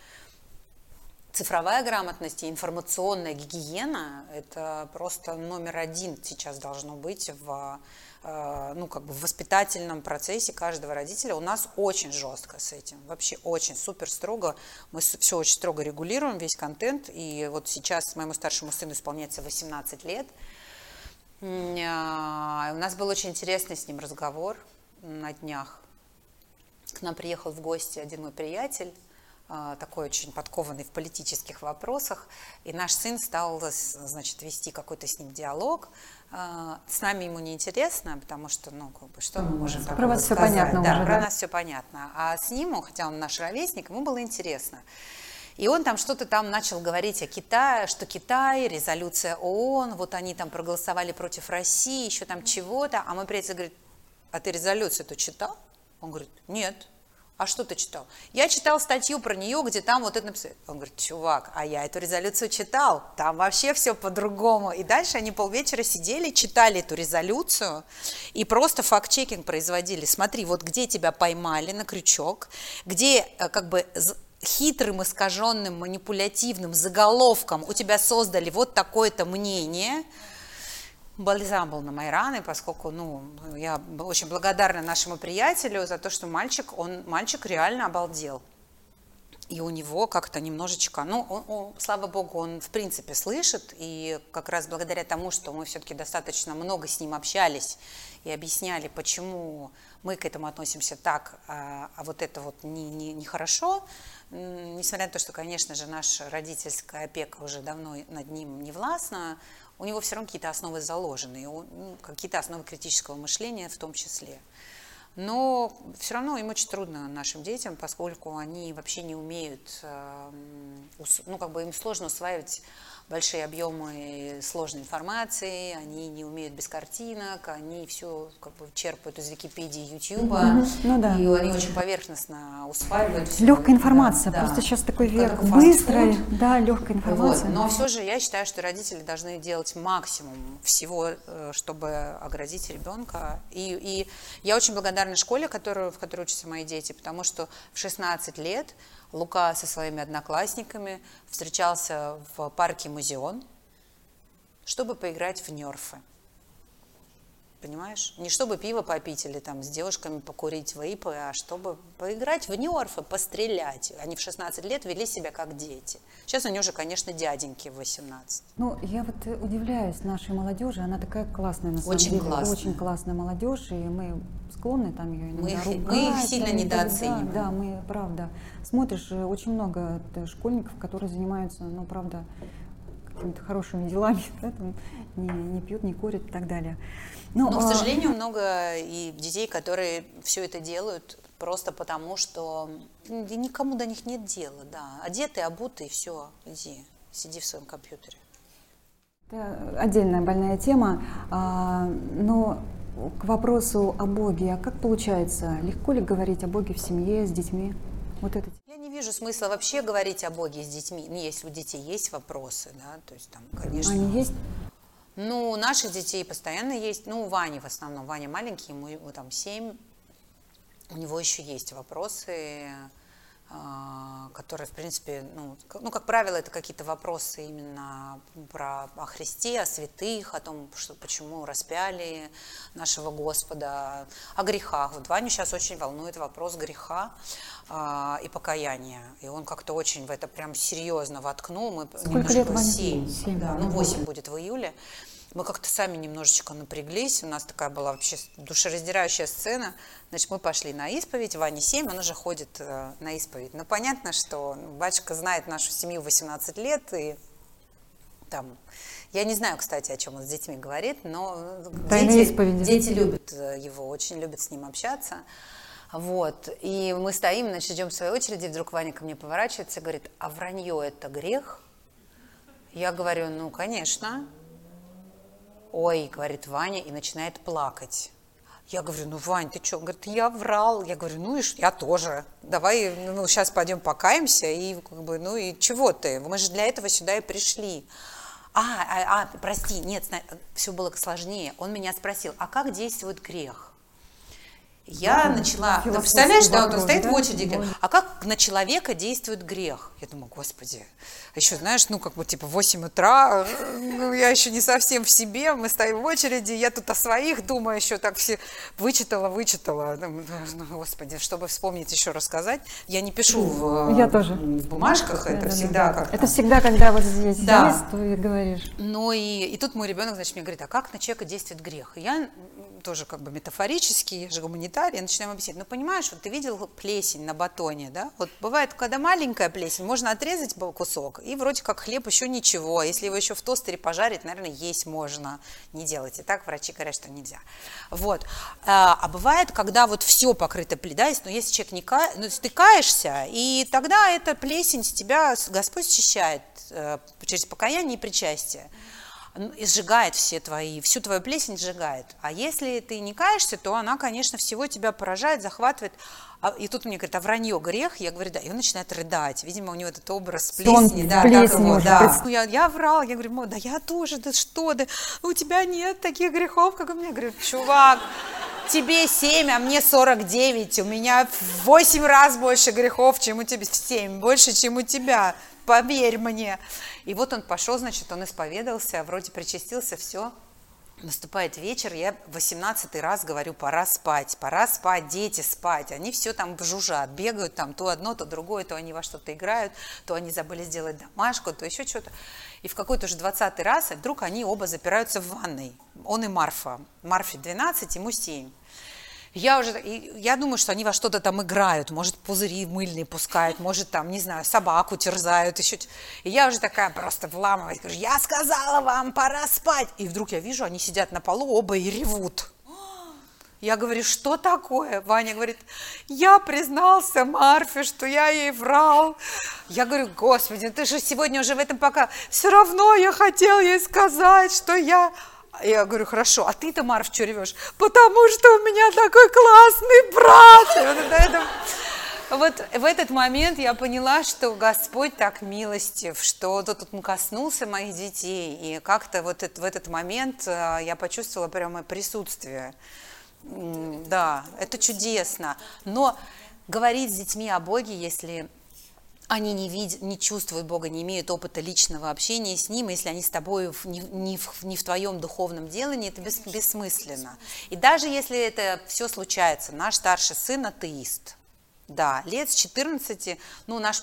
цифровая грамотность и информационная гигиена – это просто номер один сейчас должно быть в воспитательном процессе каждого родителя. У нас очень жестко с этим, вообще очень супер строго. Мы все очень строго регулируем, весь контент. И вот сейчас моему старшему сыну исполняется 18 лет. У нас был очень интересный с ним разговор на днях. К нам приехал в гости один мой приятель, такой очень подкованный в политических вопросах, и наш сын стал, вести какой-то с ним диалог. С нами ему не интересно, потому что, что мы можем такого сказать? Про вас все понятно да, уже, про нас все понятно. А с ним, хотя он наш ровесник, ему было интересно. И он что-то начал говорить о Китае, что Китай, резолюция ООН, вот они проголосовали против России, еще чего-то. А мой приятель говорит, а ты резолюцию-то читал? Он говорит, нет. А что ты читал? Я читал статью про нее, где там вот это написано. Он говорит, чувак, а я эту резолюцию читал, там вообще все по-другому. И дальше они полвечера сидели, читали эту резолюцию и просто факт-чекинг производили. Смотри, вот где тебя поймали на крючок, где хитрым, искаженным, манипулятивным заголовком у тебя создали вот такое-то мнение. Бальзам был на мои раны, поскольку, я очень благодарна нашему приятелю за то, что мальчик реально обалдел. И у него как-то немножечко, слава богу, он в принципе слышит, и как раз благодаря тому, что мы все-таки достаточно много с ним общались и объясняли, почему мы к этому относимся так, а вот это вот нехорошо, несмотря на то, что, конечно же, наша родительская опека уже давно над ним не властна, у него все равно какие-то основы заложены, какие-то основы критического мышления в том числе. Но все равно им очень трудно, нашим детям, поскольку они вообще не умеют, им сложно усваивать большие объемы сложной информации, они не умеют без картинок, они все черпают из Википедии, Ютьюба, и они очень поверхностно усваивают. Легкая информация, просто сейчас такой век быстрой, легкая информация. Но все же я считаю, что родители должны делать максимум всего, чтобы оградить ребенка. И я очень благодарна школе, в которой учатся мои дети, потому что в 16 лет Лука со своими одноклассниками встречался в парке Музеон, чтобы поиграть в нерфы. Понимаешь? Не чтобы пиво попить или там с девушками покурить вейпы, а чтобы поиграть в нерфы, пострелять. Они в 16 лет вели себя как дети. Сейчас они уже, конечно, дяденьки в 18. Ну, я вот удивляюсь нашей молодежи, она такая классная на самом Очень деле. классная. Очень классная молодежь, и мы склонны там ее иногда Мы ругать, их сильно там, недооцениваем. Да, мы, правда. Смотришь, очень много школьников, которые занимаются, ну, правда, какими-то хорошими делами, да, там, не пьют, не курят и так далее. Но, к сожалению, много и детей, которые все это делают просто потому, что никому до них нет дела, да. Одеты, обуты, и все, иди, сиди в своем компьютере. Это отдельная больная тема, но к вопросу о Боге, а как получается, легко ли говорить о Боге в семье, с детьми? Вот это. Я не вижу смысла вообще говорить о Боге с детьми. Ну, если у детей есть вопросы, да, то есть там, конечно. Они есть? Ну, у наших детей постоянно есть, ну, у Вани в основном. Ваня маленький, ему там 7, у него еще есть вопросы, которые, в принципе, ну, как правило, это какие-то вопросы именно о Христе, о святых, о том, что, почему распяли нашего Господа, о грехах. Вот Ваню сейчас очень волнует вопрос греха и покаяния. И он как-то очень в это прям серьезно воткнул. Сколько лет Ване? 7, да, ну 8 будет в июле. Мы как-то сами немножечко напряглись, у нас такая была вообще душераздирающая сцена. Значит, мы пошли на исповедь, Ване 7, он уже ходит на исповедь. Но понятно, что батюшка знает нашу семью 18 лет, и там, я не знаю, кстати, о чем он с детьми говорит, но дети любят его, очень любят с ним общаться. Вот, и мы стоим, значит, ждем своей очереди, вдруг Ваня ко мне поворачивается и говорит: а вранье это грех? Я говорю: ну, конечно. Ой, говорит Ваня, и начинает плакать. Я говорю: ну, Вань, ты что? Он говорит: я врал. Я говорю: ну и я тоже. Давай, ну, сейчас пойдем покаемся, и как бы, ну и чего ты? Мы же для этого сюда и пришли. Прости, нет, все было сложнее. Он меня спросил: а как действует грех? Я начала, да, представляешь, да, вот он стоит в очереди, говорит: а как на человека действует грех? Я думаю: господи, еще, знаешь, ну, как бы, типа, 8 утра, ну, я еще не совсем в себе, мы стоим в очереди, я тут о своих думаю, еще так все вычитала, ну, господи, чтобы вспомнить, еще рассказать. Я не пишу в бумажках, это всегда как-то. Это всегда, когда вот здесь да. есть, ты говоришь. Ну, и тут мой ребенок, значит, мне говорит: а как на человека действует грех? И я тоже как бы метафорически, я же гуманитарий, начинаем объяснять. Ну, понимаешь, вот ты видел плесень на батоне, да? Вот бывает, когда маленькая плесень, можно отрезать кусок, и вроде как хлеб еще ничего. Если его еще в тостере пожарить, наверное, есть можно. Не делайте так, врачи говорят, что нельзя. Вот. А бывает, когда вот все покрыто плесенью, но если человек не если ты каешься, и тогда эта плесень с тебя Господь счищает через покаяние и причастие. И сжигает всю твою плесень сжигает. А если ты не каешься, то она, конечно, всего тебя поражает, захватывает. И тут мне говорит: а вранье грех? Я говорю: да. И он начинает рыдать. Видимо, у него этот образ плесени. Да, так его, да. Я врал. Я говорю: да я тоже, да что ты, у тебя нет таких грехов, как у меня. Я говорю: чувак, тебе 7, а мне 49. У меня в 8 раз больше грехов, чем у тебя. В 7 больше, чем у тебя. Поверь мне. И вот он пошел, значит, он исповедался, вроде причастился, все. Наступает вечер, я 18-й раз говорю: пора спать, дети, спать. Они все там жужжат, бегают там то одно, то другое, то они во что-то играют, то они забыли сделать домашку, то еще что-то. И в какой-то уже 20-й раз вдруг они оба запираются в ванной. Он и Марфа. Марфе 12, ему 7. Я думаю, что они во что-то там играют, может, пузыри мыльные пускают, может, там, не знаю, собаку терзают, еще. И я уже такая просто вламываюсь, говорю: я сказала вам, пора спать. И вдруг я вижу, они сидят на полу оба и ревут. Я говорю: что такое? Ваня говорит: я признался Марфе, что я ей врал. Я говорю: господи, ты же сегодня уже в этом пока. Все равно я хотел ей сказать, что я... Я говорю: хорошо, а ты-то, Марф, что ревешь? Потому что у меня такой классный брат. Вот в этот момент я поняла, что Господь так милостив, что тут он коснулся моих детей, и как-то вот в этот момент я почувствовала прямо присутствие. Да, это чудесно. Но говорить с детьми о Боге, если они не чувствуют Бога, не имеют опыта личного общения с Ним, если они с тобой не в твоем духовном делании, это бессмысленно. И даже если это все случается, наш старший сын атеист, да, лет с 14, ну, наш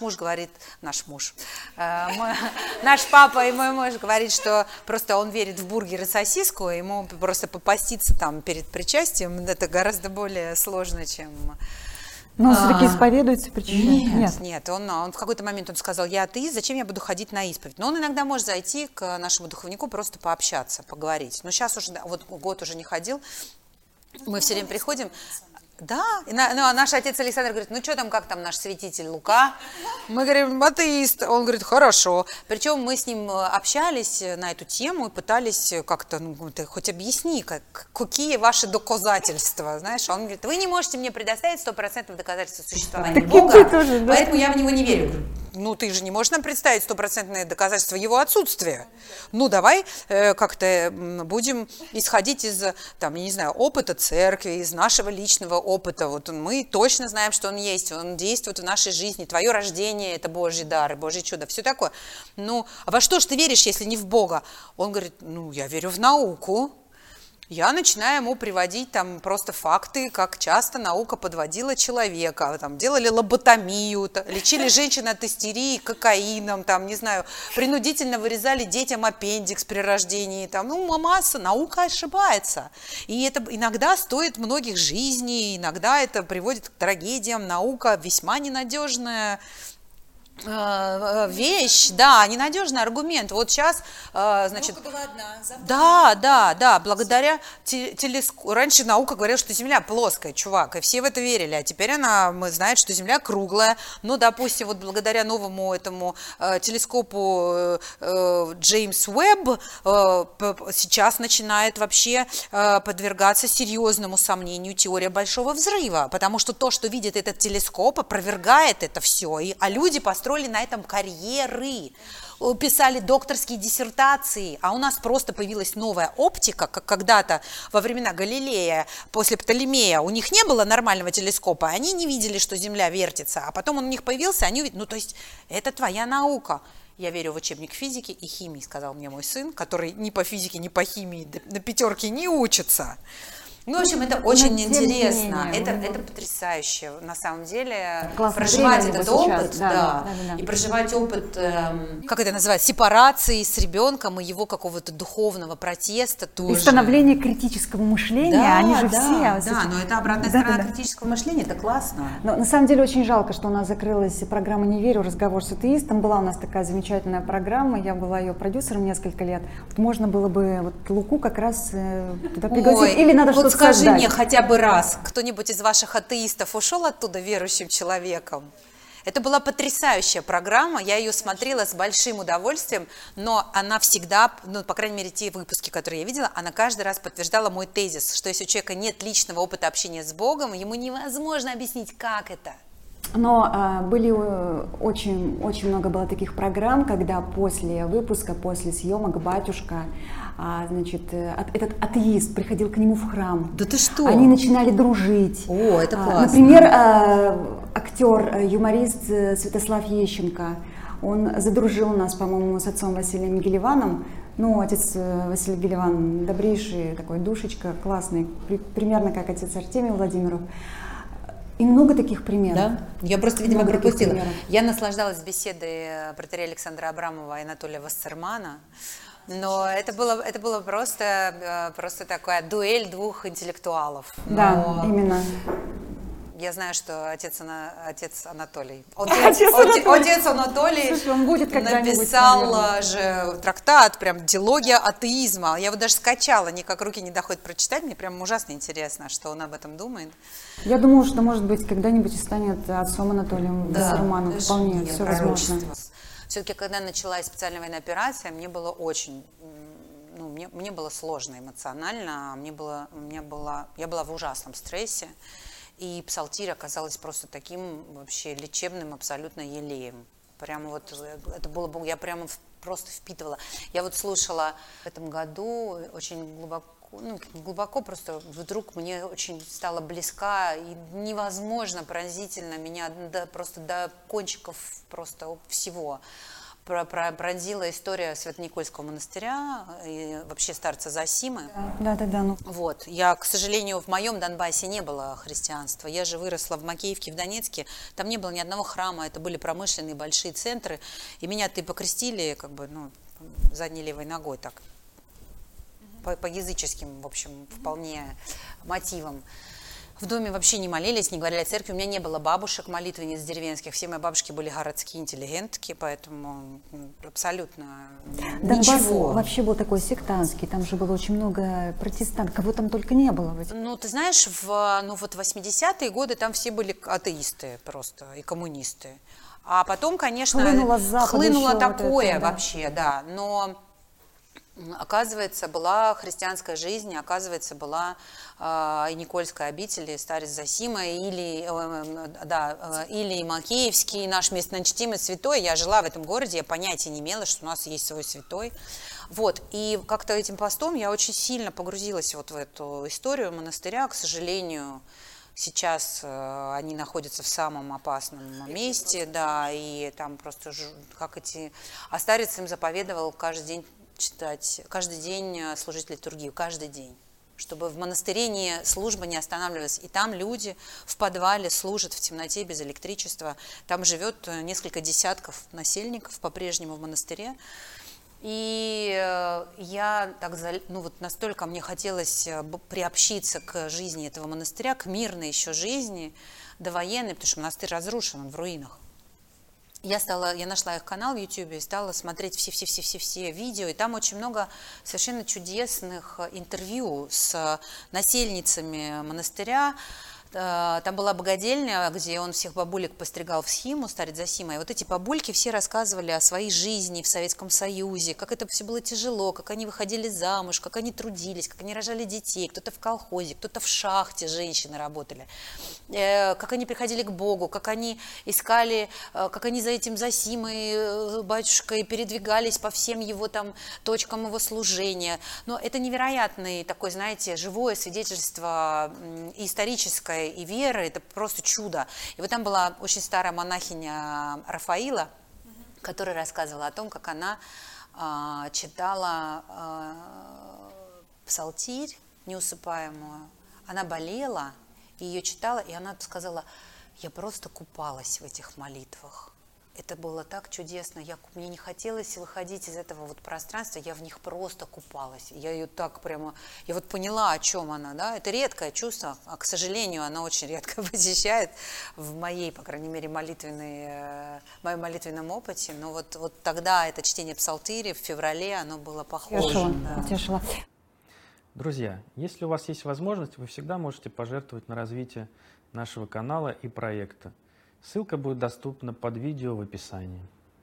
папа и мой муж говорит, что просто он верит в бургер и сосиску, ему просто попаститься там перед причастием, это гораздо более сложно, чем... Но он все-таки исповедуется, причем? Нет, он в какой-то момент он сказал, я атеист, зачем я буду ходить на исповедь? Но он иногда может зайти к нашему духовнику, просто пообщаться, поговорить. Но сейчас уже, вот год уже не ходил, мы все время приходим. Да, а наш отец Александр говорит, ну что там, как там наш святитель Лука? Мы говорим, атеист. Он говорит, хорошо. Причем мы с ним общались на эту тему и пытались как-то, ну, ты хоть объясни, какие ваши доказательства, знаешь? Он говорит, вы не можете мне предоставить 100% доказательства существования Бога, поэтому я в него не верю. Ну, ты же не можешь нам представить 100% доказательства его отсутствия. Ну, давай как-то будем исходить из, там, я не знаю, опыта церкви, из нашего личного опыта. Вот мы точно знаем, что он есть, он действует в нашей жизни. Твое рождение – это Божий дар, Божье чудо, все такое. Ну, а во что ж ты веришь, если не в Бога? Он говорит, ну, я верю в науку. Я начинаю ему приводить там просто факты, как часто наука подводила человека, там, делали лоботомию, лечили женщин от истерии кокаином, там, не знаю, принудительно вырезали детям аппендикс при рождении, там, ну, масса, наука ошибается. И это иногда стоит многих жизней, иногда это приводит к трагедиям, наука весьма ненадежная вещь, да, ненадежный аргумент. Вот сейчас, значит, да, благодаря телескопу. Раньше наука говорила, что Земля плоская, чувак, и все в это верили, а теперь мы знаем, что Земля круглая. Ну, допустим, вот благодаря новому этому телескопу Джеймс Уэбб сейчас начинает вообще подвергаться серьезному сомнению теория Большого взрыва, потому что то, что видит этот телескоп, опровергает это все, а люди построили на этом карьеры, писали докторские диссертации, а у нас просто появилась новая оптика, как когда-то во времена Галилея, после Птолемея, у них не было нормального телескопа, они не видели, что Земля вертится, а потом он у них появился, они увидели, ну, то есть, это твоя наука. Я верю в учебник физики и химии, сказал мне мой сын, который ни по физике, ни по химии на пятерке не учится. Ну, в общем, это очень интересно, это потрясающе, на самом деле, проживать этот опыт, да, и проживать опыт, как это называется, сепарации с ребенком и его какого-то духовного протеста тоже. И становление критического мышления, да, они же да, все. Да, но это обратная сторона критического мышления, это классно. Но на самом деле очень жалко, что у нас закрылась программа «Не верю. Разговор с атеистом». Была у нас такая замечательная программа, я была ее продюсером несколько лет. Вот можно было бы вот Луку как раз туда пригласить, или надо что-то скажи создать. мне хотя бы раз, кто-нибудь из ваших атеистов ушел оттуда верующим человеком? Это была потрясающая программа, я ее смотрела с большим удовольствием, но она всегда, ну, по крайней мере, те выпуски, которые я видела, она каждый раз подтверждала мой тезис, что если у человека нет личного опыта общения с Богом, ему невозможно объяснить, как это. Но были очень много было таких программ, когда после выпуска, после съемок батюшка, значит, этот атеист приходил к нему в храм. Да ты что? Они начинали дружить. О, это классно. Например, актер, юморист Святослав Ещенко, он задружил нас, по-моему, с отцом Василием Гелеваном. Ну, отец Василий Гелеван добрейший, такой душечка, классный, примерно как отец Артемий Владимиров. И много таких примеров. Да? Я просто, видимо, пропустила. Я наслаждалась беседой протерея Александра Абрамова и Анатолия Вассермана, но это было просто такая дуэль двух интеллектуалов. Да, именно. Я знаю, что отец Анатолий. Отец Анатолий Слушай, он будет написал же трактат, прям «Диалогия атеизма». Я его даже скачала, никак руки не доходят прочитать. Мне прям ужасно интересно, что он об этом думает. Я думаю, что, может быть, когда-нибудь и станет отцом Анатолием Вассерманом. Вполне все возможно. Все-таки, когда началась специальная военная операция, мне было очень... Ну, мне было сложно эмоционально, я была в ужасном стрессе. И псалтирь оказалась просто таким вообще лечебным абсолютно елеем. Прямо вот это было бы, я прямо просто впитывала. Я вот слушала в этом году очень глубоко ну, глубоко просто вдруг мне очень стала близка и невозможно пронзительно меня просто до кончиков просто всего. Пронзила история Свято-Никольского монастыря и вообще старца Зосимы. Да. Ну. Вот. Я, к сожалению, в моем Донбассе не было христианства. Я же выросла в Макеевке, в Донецке. Там не было ни одного храма. Это были промышленные большие центры. И меня-то и покрестили как бы, ну, задней левой ногой так. По языческим, в общем, вполне мотивам. В доме вообще не молились, не говорили о церкви. У меня не было бабушек, молитвенниц деревенских. Все мои бабушки были городские интеллигентки, поэтому абсолютно Донбасс ничего. вообще был такой сектантский, там же было очень много протестантов, кого там только не было. Ну, ты знаешь, вот 80-е годы там все были атеисты просто и коммунисты. А потом, конечно, хлынуло такое вообще, да. Но оказывается, была христианская жизнь, оказывается, была и Никольская обитель, и старец Зосима, или Макеевский, наш местночтимый святой. Я жила в этом городе, я понятия не имела, что у нас есть свой святой. Вот, и как-то этим постом я очень сильно погрузилась вот в эту историю монастыря. К сожалению, сейчас они находятся в самом опасном месте, да, и там просто как эти... А старец им заповедовал каждый день читать, каждый день служить литургию, каждый день, чтобы в монастыре служба не останавливалась. И там люди в подвале служат в темноте без электричества. Там живет несколько десятков насельников по-прежнему в монастыре. И я так, ну вот настолько мне хотелось приобщиться к жизни этого монастыря, к мирной еще жизни, довоенной, потому что монастырь разрушен, он в руинах. Я нашла их канал в YouTube и стала смотреть все видео, и там очень много совершенно чудесных интервью с насельницами монастыря. Там была богадельня, где он всех бабулек постригал в схиму, старец Зосима. И вот эти бабульки все рассказывали о своей жизни в Советском Союзе, как это все было тяжело, как они выходили замуж, как они трудились, как они рожали детей, кто-то в колхозе, кто-то в шахте, женщины работали, как они приходили к Богу, как они искали, как они за этим Зосимой, батюшкой, передвигались по всем его там точкам его служения. Но это невероятное такое, знаете, живое свидетельство историческое и веры, это просто чудо. И вот там была очень старая монахиня Рафаила, которая рассказывала о том, как она читала псалтирь неусыпаемую. Она болела, и ее читала, и она сказала: я просто купалась в этих молитвах. Это было так чудесно. Мне не хотелось выходить из этого вот пространства, я в них просто купалась. Я ее так прямо... Я вот поняла, о чем она, да. Это редкое чувство, а, к сожалению, оно очень редко посещает в моей, по крайней мере, моем молитвенном опыте. Но вот тогда это чтение псалтири в феврале, оно было похоже. Утешило. Друзья, если у вас есть возможность, вы всегда можете пожертвовать на развитие нашего канала и проекта. Ссылка будет доступна под видео в описании.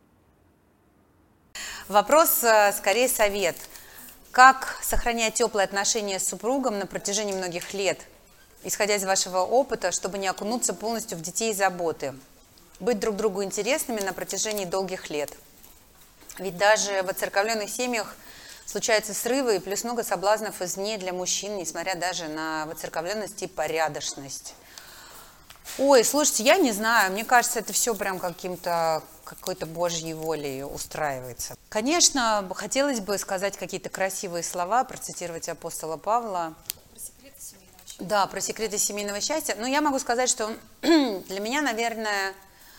Вопрос, скорее, совет. Как сохранять теплые отношения с супругом на протяжении многих лет, исходя из вашего опыта, чтобы не окунуться полностью в детей и заботы? Быть друг другу интересными на протяжении долгих лет. Ведь даже в оцерковленных семьях случаются срывы и плюс много соблазнов извне для мужчин, несмотря даже на воцерковленность и порядочность. Ой, слушайте, я не знаю, мне кажется, это все прям какой-то Божьей волей устраивается. Конечно, хотелось бы сказать какие-то красивые слова, процитировать апостола Павла. Про секреты семейного счастья. Да, про секреты семейного счастья. Но я могу сказать, что для меня, наверное,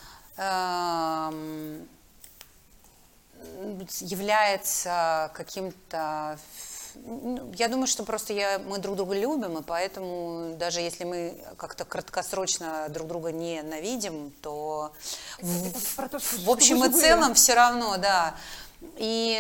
является каким-то... Я думаю, что просто мы друг друга любим, и поэтому даже если мы как-то краткосрочно друг друга ненавидим, то в общем и целом все равно, да. И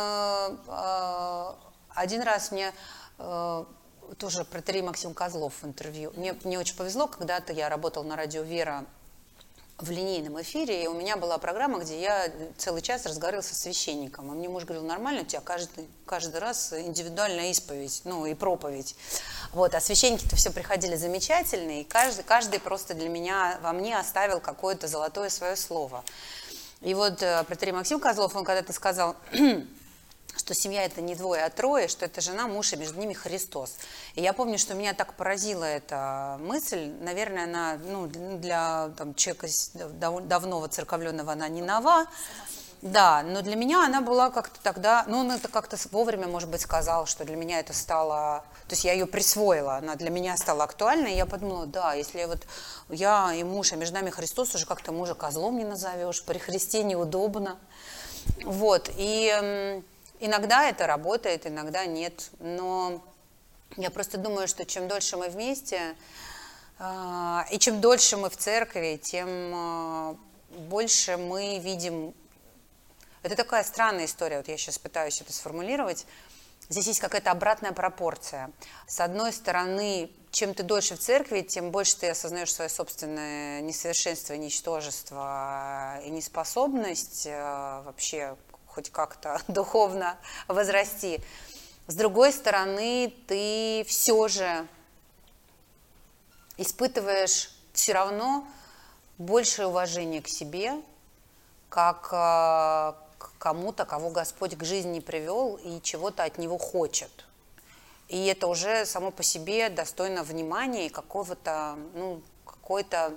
один раз мне тоже протоиерей Максим Козлов в интервью. Мне очень повезло, когда-то я работала на радио «Вера» в линейном эфире, и у меня была программа, где я целый час разговаривала со священником. А мне муж говорил: нормально, у тебя каждый раз индивидуальная исповедь, ну и проповедь. Вот, а священники-то все приходили замечательные, и каждый просто во мне оставил какое-то золотое свое слово. И вот протоиерей Максим Козлов, он когда-то сказал, что семья это не двое, а трое, что это жена, муж, и между ними Христос. И я помню, что меня так поразила эта мысль, наверное, она, ну, для там, человека давно воцерковленного, она не нова, да, но для меня она была как-то тогда, ну, он это как-то вовремя, может быть, сказал, что для меня это стало, то есть я ее присвоила, она для меня стала актуальной, и я подумала, да, если вот я и муж, а между нами Христос, уже как-то мужа козлом не назовешь, при Христе неудобно, вот, и иногда это работает, иногда нет, но я просто думаю, что чем дольше мы вместе, и чем дольше мы в церкви, тем больше мы видим. Это такая странная история, вот я сейчас пытаюсь это сформулировать. Здесь есть какая-то обратная пропорция. С одной стороны, чем ты дольше в церкви, тем больше ты осознаешь свое собственное несовершенство, ничтожество и неспособность вообще хоть как-то духовно возрасти. С другой стороны, ты все же испытываешь все равно большее уважение к себе, как к кому-то, кого Господь к жизни привел и чего-то от него хочет. И это уже само по себе достойно внимания и какого-то, ну, какой-то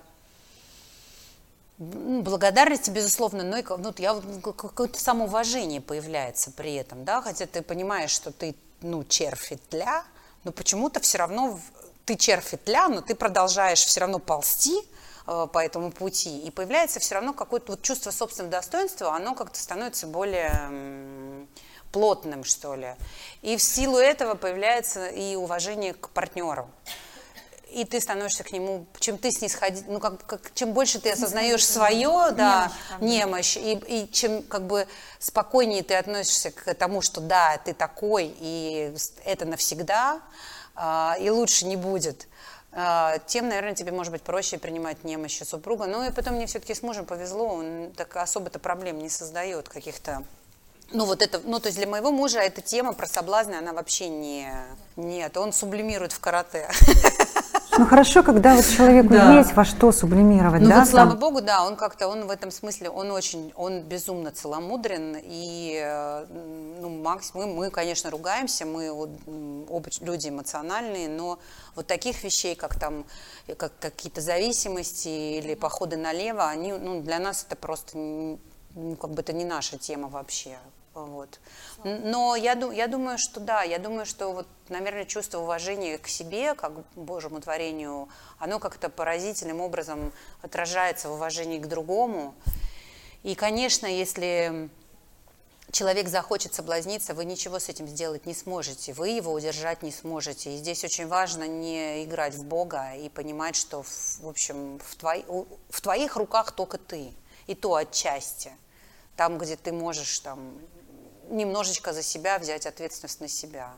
благодарности, безусловно, но и какое-то самоуважение появляется при этом, да, хотя ты понимаешь, что ты, ну, червь и тля, но почему-то все равно ты червь и тля, но ты продолжаешь все равно ползти по этому пути, и появляется все равно какое-то вот чувство собственного достоинства, оно как-то становится более плотным, что ли. И в силу этого появляется и уважение к партнеру. И ты становишься к нему, чем ты снисходительный, ну, чем больше ты осознаешь свое, да, немощь, и чем как бы спокойнее ты относишься к тому, что да, ты такой, и это навсегда, и лучше не будет, тем, наверное, тебе может быть проще принимать немощь супруга. Ну и потом мне все-таки с мужем повезло, он так особо-то проблем не создает каких-то. Ну вот это, ну то есть для моего мужа эта тема про соблазны, она вообще нет, он сублимирует в карате. Ну хорошо, когда вот человеку есть во что сублимировать, ну, да? Вот, слава богу, да, он как-то, он в этом смысле, он безумно целомудрен, и, ну, мы, конечно, ругаемся, мы оба люди эмоциональные, но вот таких вещей, как там, как какие-то зависимости или походы налево, они, ну, для нас это просто, ну, как бы это не наша тема вообще. Вот. Но я думаю, что да, я думаю, что вот, наверное, чувство уважения к себе, как к Божьему творению, оно как-то поразительным образом отражается в уважении к другому. И, конечно, если человек захочет соблазниться, вы ничего с этим сделать не сможете, вы его удержать не сможете. И здесь очень важно не играть в Бога и понимать, что, в общем, в твоих руках только ты, и то отчасти. Там, где ты можешь там немножечко за себя взять ответственность на себя.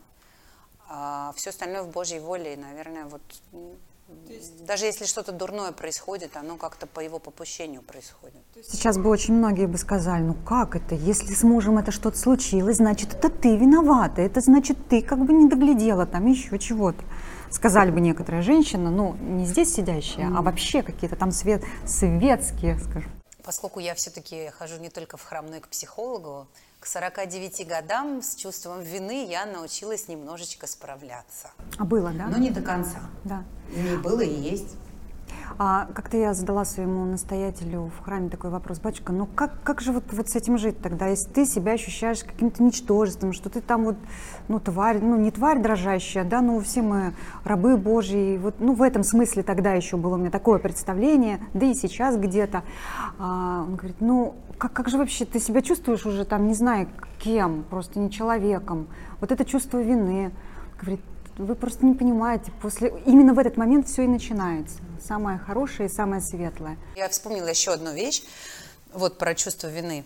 А все остальное в Божьей воле, и, наверное, вот даже если что-то дурное происходит, оно как-то по его попущению происходит. Сейчас бы очень многие бы сказали, ну как это, если с мужем это что-то случилось, значит, это ты виновата, это значит, ты как бы не доглядела там еще чего-то. Сказали бы некоторые женщины, ну не здесь сидящие, а вообще какие-то там светские, скажем. Поскольку я все-таки хожу не только в храм, но и к психологу, к 49 годам с чувством вины я научилась немножечко справляться. А было, да? Но не до конца. Да. И было, и есть. Как-то я задала своему настоятелю в храме такой вопрос: батюшка, ну как же вот с этим жить тогда, если ты себя ощущаешь каким-то ничтожеством, что ты там вот, ну, тварь, ну, не тварь дрожащая, да, ну, все мы рабы Божьи, вот, ну, в этом смысле тогда еще было у меня такое представление, да и сейчас где-то. Он говорит, ну, как же вообще ты себя чувствуешь уже там, не знаю, кем, просто не человеком, вот это чувство вины, говорит, вы просто не понимаете, именно в этот момент все и начинается. Самое хорошее и самое светлое. Я вспомнила еще одну вещь, вот про чувство вины.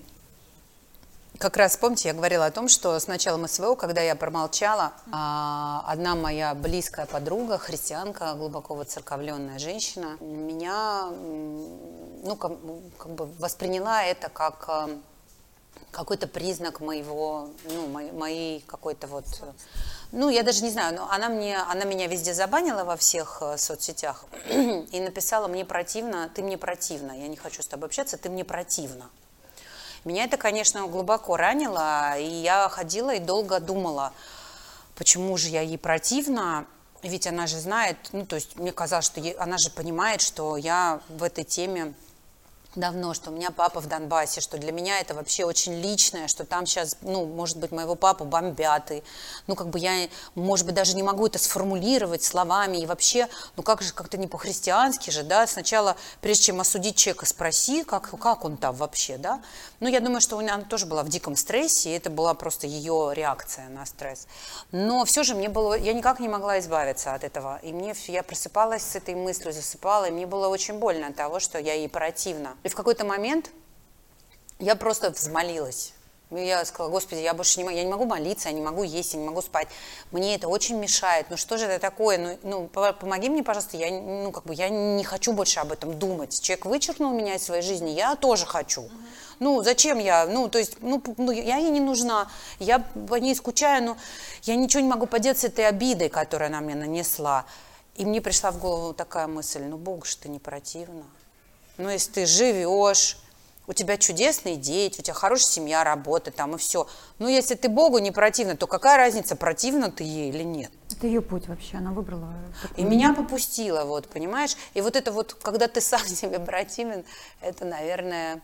Как раз, помните, я говорила о том, что с началом СВО, когда я промолчала, одна моя близкая подруга, христианка, глубоко воцерковленная женщина, меня, ну, как бы восприняла это как какой-то признак моего, ну, моей какой-то вот, ну, я даже не знаю, но она меня везде забанила во всех соцсетях и написала: мне противно, ты мне противна, я не хочу с тобой общаться, ты мне противна. Меня это, конечно, глубоко ранило, и я ходила и долго думала, почему же я ей противна, ведь она же знает, ну, то есть мне казалось, что она же понимает, что я в этой теме давно, что у меня папа в Донбассе, что для меня это вообще очень личное, что там сейчас, ну, может быть, моего папу бомбят, и, ну, как бы я, может быть, даже не могу это сформулировать словами, и вообще, ну, как же, как-то не по-христиански же, да, сначала, прежде чем осудить человека, спроси, как он там вообще, да, ну, я думаю, что она тоже была в диком стрессе, и это была просто ее реакция на стресс, но все же мне было, я никак не могла избавиться от этого, и я просыпалась с этой мыслью, засыпала, и мне было очень больно от того, что я ей противна. И в какой-то момент я просто взмолилась. Я сказала: Господи, я больше не могу молиться, я не могу есть, я не могу спать. Мне это очень мешает. Ну что же это такое? Ну помоги мне, пожалуйста. Я не хочу больше об этом думать. Человек вычеркнул меня из своей жизни, я тоже хочу. Ну зачем я? Ну то есть, я ей не нужна. Я по ней скучаю, но я ничего не могу поделать с этой обидой, которую она мне нанесла. И мне пришла в голову такая мысль: ну Богу же ты не противна. Ну, если ты живешь, у тебя чудесные дети, у тебя хорошая семья, работа там и все. Ну, если ты Богу не противна, то какая разница, противна ты ей или нет? Это ее путь вообще, она выбрала. И меня попустило, вот, понимаешь? И вот это вот, когда ты сам себе противен, это, наверное,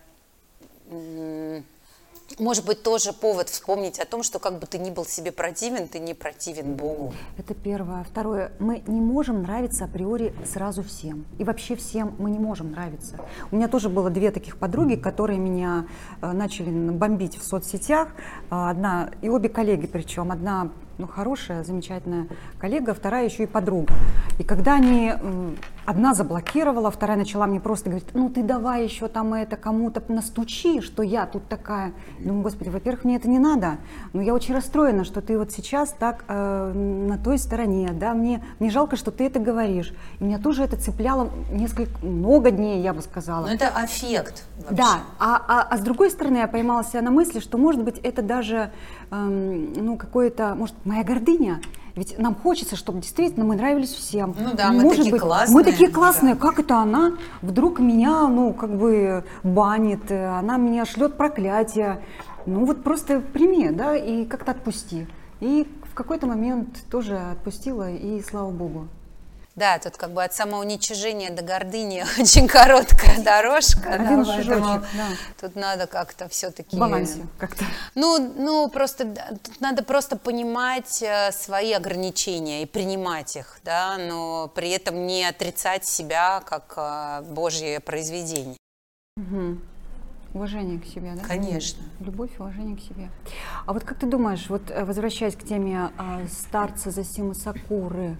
может быть, тоже повод вспомнить о том, что как бы ты ни был себе противен, ты не противен Богу. Это первое. Второе. Мы не можем нравиться априори сразу всем. И вообще всем мы не можем нравиться. У меня тоже было две таких подруги, которые меня начали бомбить в соцсетях. Одна, и обе коллеги причем. Одна хорошая, замечательная коллега, вторая еще и подруга. И когда одна заблокировала, вторая начала мне просто говорить: ну ты давай еще там это кому-то настучи, что я тут такая. Думаю: Господи, во-первых, мне это не надо, но я очень расстроена, что ты вот сейчас так на той стороне, да, мне жалко, что ты это говоришь. И меня тоже это цепляло много дней, я бы сказала. Но это аффект вообще. Да, а с другой стороны я поймала себя на мысли, что, может быть, это даже какое-то, может, моя гордыня. Ведь нам хочется, чтобы действительно мы нравились всем. Ну да, мы такие классные. Мы такие классные. Да. Как это она вдруг меня, банит, она меня шлет проклятие. Ну вот просто прими, да, и как-то отпусти. И в какой-то момент тоже отпустила, и слава Богу. Да, тут как бы от самоуничижения до гордыни очень короткая дорожка. Один шажочек, да. Тут надо как-то все-таки... В балансе как-то. Просто тут надо просто понимать свои ограничения и принимать их, да, но при этом не отрицать себя как Божье произведение. Угу. Уважение к себе, да? Конечно. Любовь, уважение к себе. А вот как ты думаешь, вот возвращаясь к теме старца Зосимы Сакуры,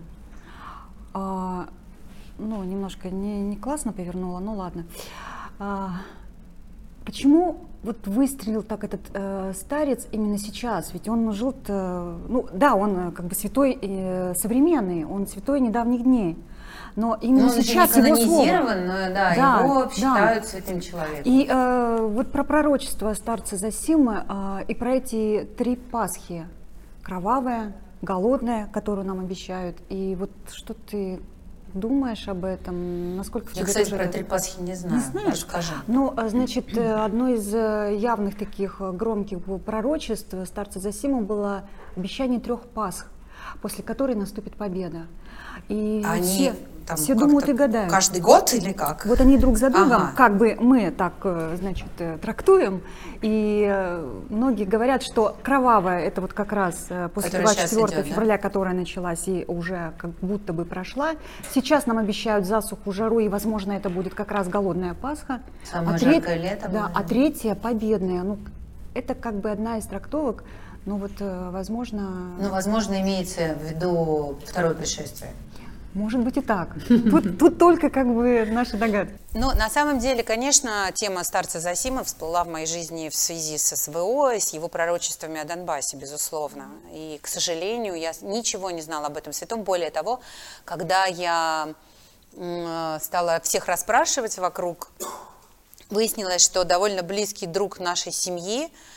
немножко не классно повернула, но ладно. Почему вот выстрелил так этот старец именно сейчас? Ведь он жил, он как бы святой современный, он святой недавних дней. Но именно сейчас он его канонизирован, его считают святым человеком. И вот про пророчество старца Зосимы и про эти 3 Пасхи: кровавая, голодная, которую нам обещают. И вот что ты думаешь об этом? Насколько я, кстати, про 3 Пасхи не знаю. Не знаешь? Расскажи. Значит, одно из явных таких громких пророчеств старца Зосимы было обещание 3 Пасх, после которой наступит победа. И они все думают и гадают. Каждый год или как? Вот они друг за другом, как бы мы так, трактуем. И многие говорят, что кровавая, это вот как раз после 24 февраля, которая началась и уже как будто бы прошла. Сейчас нам обещают засуху, жару, и, возможно, это будет как раз голодная Пасха. Самое жаркое лето. Да, а 3 победная. Это как бы одна из трактовок. Возможно... возможно, имеется в виду второе пришествие. Может быть и так. Тут только как бы наши догадки. На самом деле, конечно, тема старца Зосимы всплыла в моей жизни в связи с СВО, с его пророчествами о Донбассе, безусловно. И, к сожалению, я ничего не знала об этом святом. Более того, когда я стала всех расспрашивать вокруг, выяснилось, что довольно близкий друг нашей семьи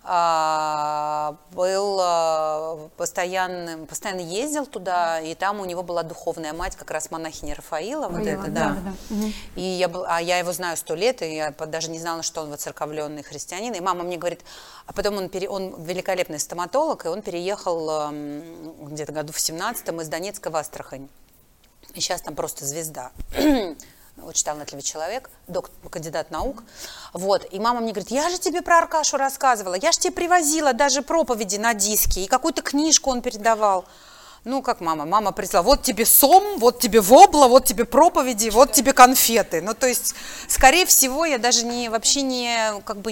был постоянно ездил туда, и там у него была духовная мать, как раз монахиня Рафаила, вот это, да. И я его знаю 100 лет, и я даже не знала, что он воцерковленный христианин. И мама мне говорит, а потом он великолепный стоматолог, и он переехал где-то году в 17-м из Донецка в Астрахань. И сейчас там просто звезда. Очень талантливый человек, кандидат наук. Вот. И мама мне говорит, я же тебе про Аркашу рассказывала, я же тебе привозила даже проповеди на диске, и какую-то книжку он передавал. Ну, как мама? Мама прислала, вот тебе сом, вот тебе вобла, вот тебе проповеди, вот тебе конфеты. Ну, то есть, скорее всего, я даже вообще не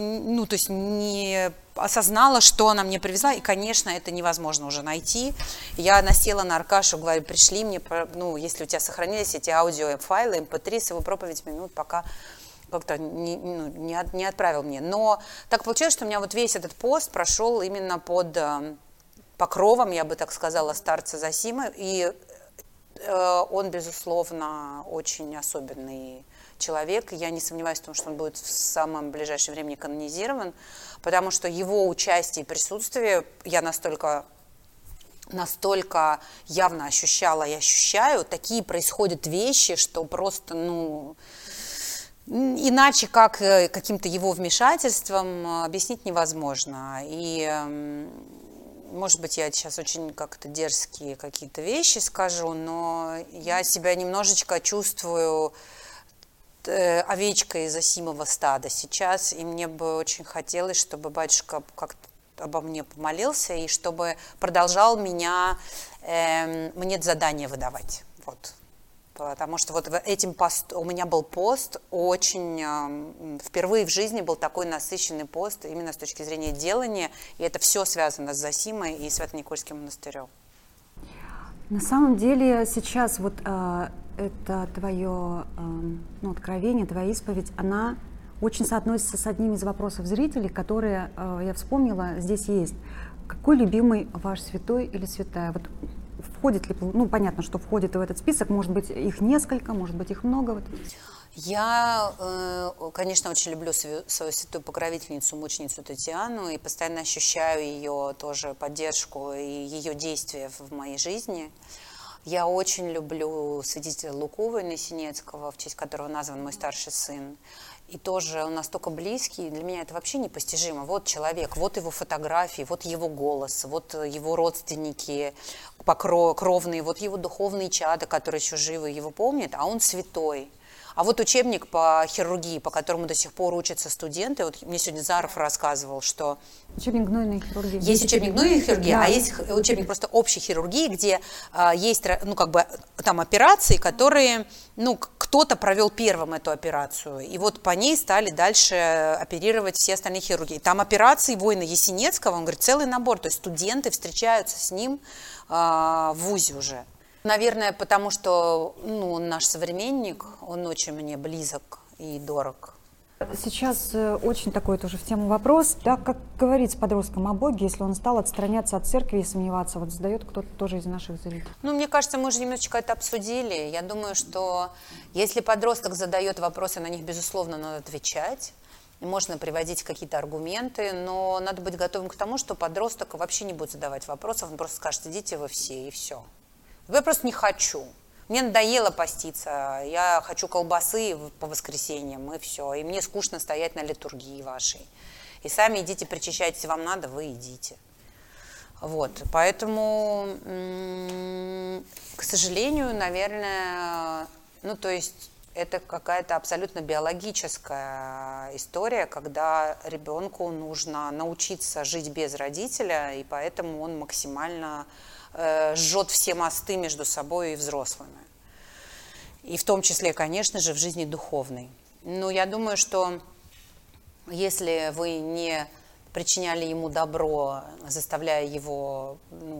осознала, что она мне привезла, и, конечно, это невозможно уже найти. Я насела на Аркашу, говорю, пришли мне, если у тебя сохранились эти аудиофайлы, MP3 с его проповедями, пока как-то не отправил мне. Но так получилось, что у меня вот весь этот пост прошел именно под покровом, я бы так сказала, старца Зосимы, и он, безусловно, очень особенный человек. Я не сомневаюсь в том, что он будет в самом ближайшее время канонизирован, потому что его участие и присутствие я настолько явно ощущала и ощущаю, такие происходят вещи, что просто, иначе как каким-то его вмешательством объяснить невозможно. И может быть, я сейчас очень как-то дерзкие какие-то вещи скажу, но я себя немножечко чувствую овечкой Зосимова стада сейчас, и мне бы очень хотелось, чтобы батюшка как-то обо мне помолился, и чтобы продолжал мне задание выдавать. Вот. Потому что вот у меня был пост очень, впервые в жизни был такой насыщенный пост именно с точки зрения делания, и это все связано с Зосимой и Свято-Никольским монастырем. На самом деле сейчас вот это твое откровение, твоя исповедь, она очень соотносится с одним из вопросов зрителей, которые, я вспомнила, здесь есть. Какой любимый ваш святой или святая? Вот входит ли, понятно, что входит в этот список, может быть, их несколько, может быть, их много. Я, конечно, очень люблю свою святую покровительницу, мученицу Татьяну, и постоянно ощущаю ее тоже поддержку и ее действия в моей жизни. Я очень люблю святителя Луку Воиносинецкого, в честь которого назван мой старший сын. И тоже он настолько близкий, для меня это вообще непостижимо. Вот человек, вот его фотографии, вот его голос, вот его родственники кровные, вот его духовные чада, которые еще живы, его помнят, а он святой. А вот учебник по хирургии, по которому до сих пор учатся студенты, вот мне сегодня Заров рассказывал, что... Учебник гнойной хирургии. Есть учебник гнойной хирургии, да. А есть учебник просто общей хирургии, где есть, там операции, которые, кто-то провел первым эту операцию, и вот по ней стали дальше оперировать все остальные хирурги. Там операции воина Есенецкого, он говорит, целый набор, то есть студенты встречаются с ним в вузе уже. Наверное, потому что он наш современник, он очень мне близок и дорог. Сейчас очень такой тоже в тему вопрос. Да, как говорить с подростком о Боге, если он стал отстраняться от церкви и сомневаться? Вот задает кто-то тоже из наших зрителей. Мне кажется, мы уже немножечко это обсудили. Я думаю, что если подросток задает вопросы, на них, безусловно, надо отвечать. Можно приводить какие-то аргументы, но надо быть готовым к тому, что подросток вообще не будет задавать вопросов, он просто скажет, идите вы все, и все. Я просто не хочу. Мне надоело поститься, я хочу колбасы по воскресеньям, и все. И мне скучно стоять на литургии вашей. И сами идите, причащайтесь, вам надо, вы идите. Вот, поэтому, к сожалению, наверное, это какая-то абсолютно биологическая история, когда ребенку нужно научиться жить без родителя, и поэтому он максимально жжет все мосты между собой и взрослыми. И в том числе, конечно же, в жизни духовной. Но я думаю, что если вы не причиняли ему добро, заставляя его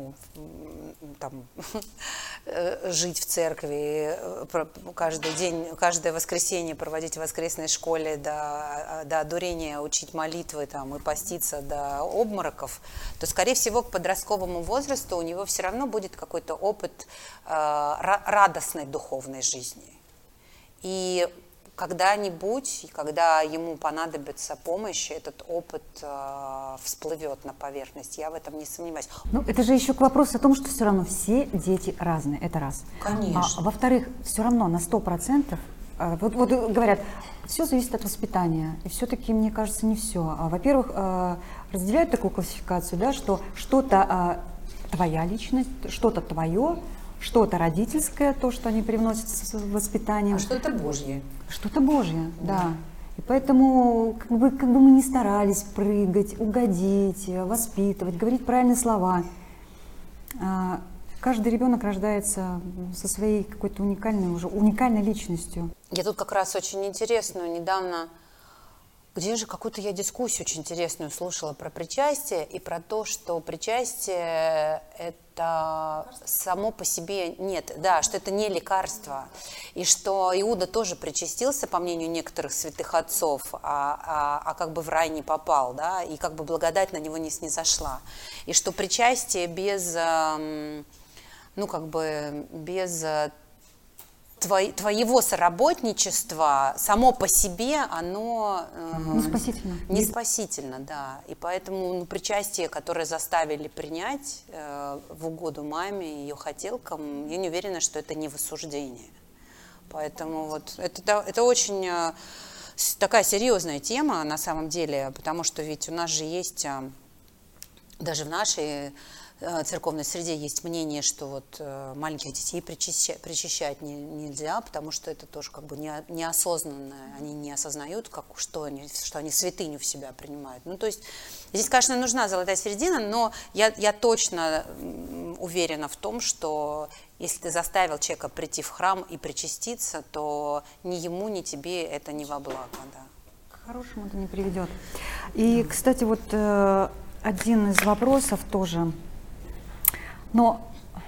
жить в церкви, каждый день, каждое воскресенье проводить в воскресной школе до одурения, учить молитвы и поститься до обмороков, то, скорее всего, к подростковому возрасту у него все равно будет какой-то опыт радостной духовной жизни. И когда-нибудь, когда ему понадобится помощь, этот опыт всплывет на поверхность. Я в этом не сомневаюсь. Ну, это же еще к вопросу о том, что все равно все дети разные, это раз. Конечно. Во-вторых, все равно на 100%, вот говорят, все зависит от воспитания. И все-таки, мне кажется, не все. Во-первых, разделяют такую классификацию, да, что что-то твоя личность, что-то твое, что-то родительское, то, что они привносят с воспитанием. А что-то Божье. Что-то Божье, да. И поэтому, как бы мы ни старались прыгать, угодить, воспитывать, говорить правильные слова, каждый ребенок рождается со своей какой-то уникальной личностью. Я тут как раз очень интересную недавно, где же какую-то я дискуссию очень интересную слушала про причастие и про то, что причастие это само по себе нет, да, что это не лекарство, и что Иуда тоже причастился, по мнению некоторых святых отцов, а как бы в рай не попал, да, и как бы благодать на него не снизошла, и что причастие без, ну как бы без твоего соработничества само по себе, оно не спасительно, да. И поэтому причастие, которое заставили принять в угоду маме и ее хотелкам, я не уверена, что это не в осуждении. Поэтому вот это очень такая серьезная тема на самом деле, потому что ведь у нас же есть, даже в нашей церковной среде есть мнение, что вот маленьких детей причащать нельзя, потому что это тоже как бы неосознанное, они не осознают, что они святыню в себя принимают. Ну, то есть здесь, конечно, нужна золотая середина, но я точно уверена в том, что если ты заставил человека прийти в храм и причаститься, то ни ему, ни тебе это не во благо. Да. К хорошему это не приведет. И, кстати, вот один из вопросов тоже. Но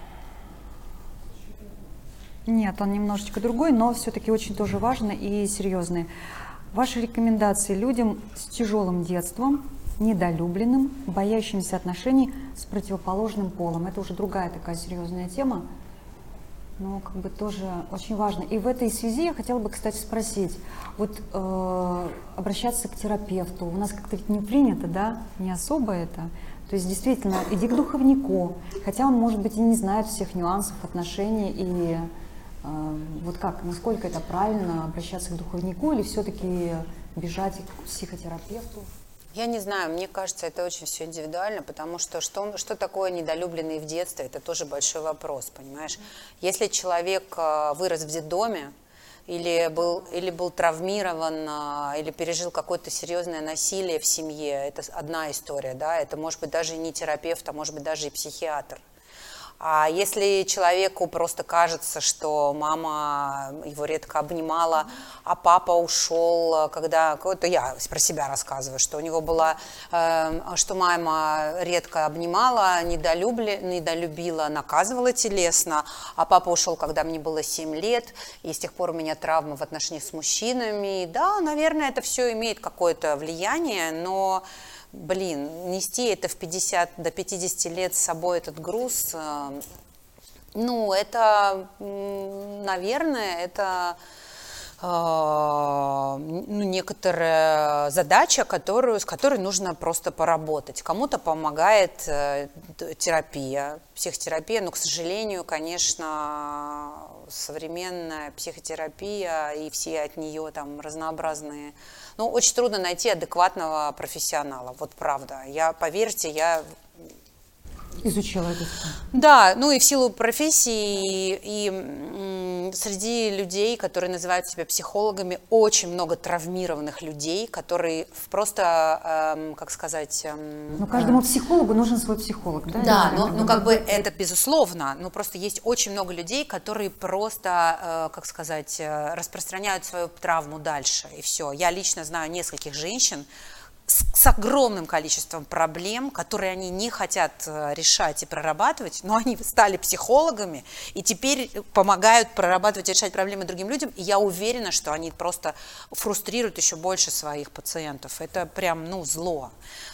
нет, он немножечко другой, но все-таки очень тоже важный и серьезный. Ваши рекомендации людям с тяжелым детством, недолюбленным, боящимся отношений с противоположным полом. Это уже другая такая серьезная тема, но как бы тоже очень важно. И в этой связи я хотела бы, кстати, спросить, вот обращаться к терапевту. У нас как-то ведь не принято, да, не особо это. То есть действительно, иди к духовнику, хотя он, может быть, и не знает всех нюансов отношений, и вот как, насколько это правильно обращаться к духовнику или все-таки бежать к психотерапевту? Я не знаю, мне кажется, это очень все индивидуально, потому что такое недолюбленный в детстве, это тоже большой вопрос, понимаешь? Если человек вырос в детдоме, или был травмирован, или пережил какое-то серьезное насилие в семье, это одна история, да, это может быть даже не терапевт, а может быть даже и психиатр. А если человеку просто кажется, что мама его редко обнимала, а папа ушел, это я про себя рассказываю, что у него была, что мама редко обнимала, недолюбила, наказывала телесно, а папа ушел, когда мне было 7 лет, и с тех пор у меня травма в отношениях с мужчинами. Да, наверное, это все имеет какое-то влияние, но нести это до 50 лет с собой, этот груз, ну, это, наверное, это некоторая задача, с которой нужно просто поработать. Кому-то помогает терапия, психотерапия, но, к сожалению, конечно, современная психотерапия и все от нее там разнообразные. Ну, очень трудно найти адекватного профессионала, вот правда. Поверьте, я изучила это. Да, ну и в силу профессии, и среди людей, которые называют себя психологами, очень много травмированных людей, которые просто, как сказать... Но каждому психологу нужен свой психолог, да? Да, ну как бы это безусловно, но просто есть очень много людей, которые просто, как сказать, распространяют свою травму дальше, и все. Я лично знаю нескольких женщин, с огромным количеством проблем, которые они не хотят решать и прорабатывать, но они стали психологами и теперь помогают прорабатывать и решать проблемы другим людям, и я уверена, что они просто фрустрируют еще больше своих пациентов. Это прям, зло.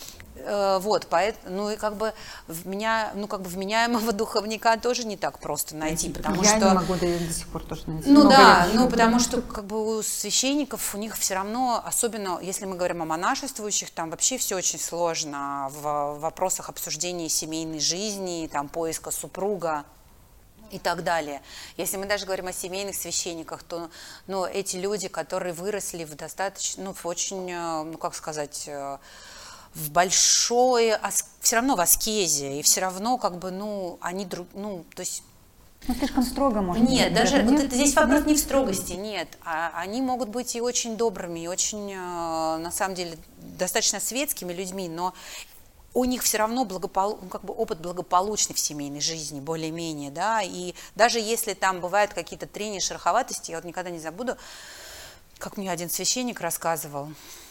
Вот, поэтому, ну и как бы вменяемого духовника тоже не так просто найти, потому я что... не могу до сих пор тоже найти. Ну Много да, лет ну еще. потому что как бы у священников, у них все равно, особенно если мы говорим о монашествующих, там вообще все очень сложно в вопросах обсуждения семейной жизни, там поиска супруга и так далее. Если мы даже говорим о семейных священниках, то ну, эти люди, которые выросли в достаточно, ну, в очень, ну как сказать, в большой, все равно в аскезе, и все равно как бы, ну, они, ну, то есть... Ну, слишком строго, может быть. Нет, даже нет? вот это, здесь вопрос не в строгости, нет. Они могут быть и очень добрыми, и очень, на самом деле, достаточно светскими людьми, но у них все равно как бы опыт благополучный в семейной жизни, более-менее, да, и даже если там бывают какие-то трения, шероховатости, я вот никогда не забуду, как мне один священник рассказывал,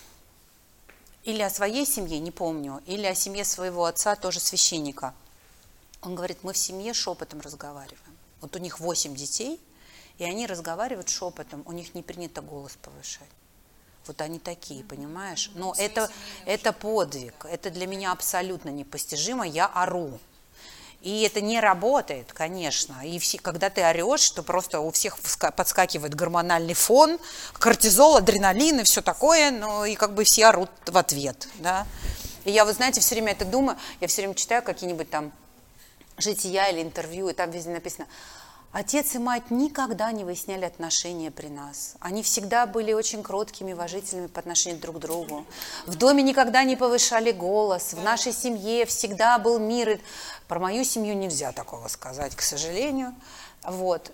или о своей семье, не помню, или о семье своего отца, тоже священника. Он говорит, мы в семье шепотом разговариваем. Вот у них 8 детей, и они разговаривают шепотом, у них не принято голос повышать. Вот они такие, понимаешь? Но это подвиг, это для меня абсолютно непостижимо, я ору. И это не работает, конечно. И когда ты орешь, то просто у всех подскакивает гормональный фон, кортизол, адреналин и все такое, ну и как бы все орут в ответ, да. И я, вы знаете, все время это думаю, я все время читаю какие-нибудь там жития или интервью, и там везде написано: отец и мать никогда не выясняли отношения при нас. Они всегда были очень кроткими, уважительными по отношению друг к другу. В доме никогда не повышали голос. В нашей семье всегда был мир. И про мою семью нельзя такого сказать, к сожалению. Вот.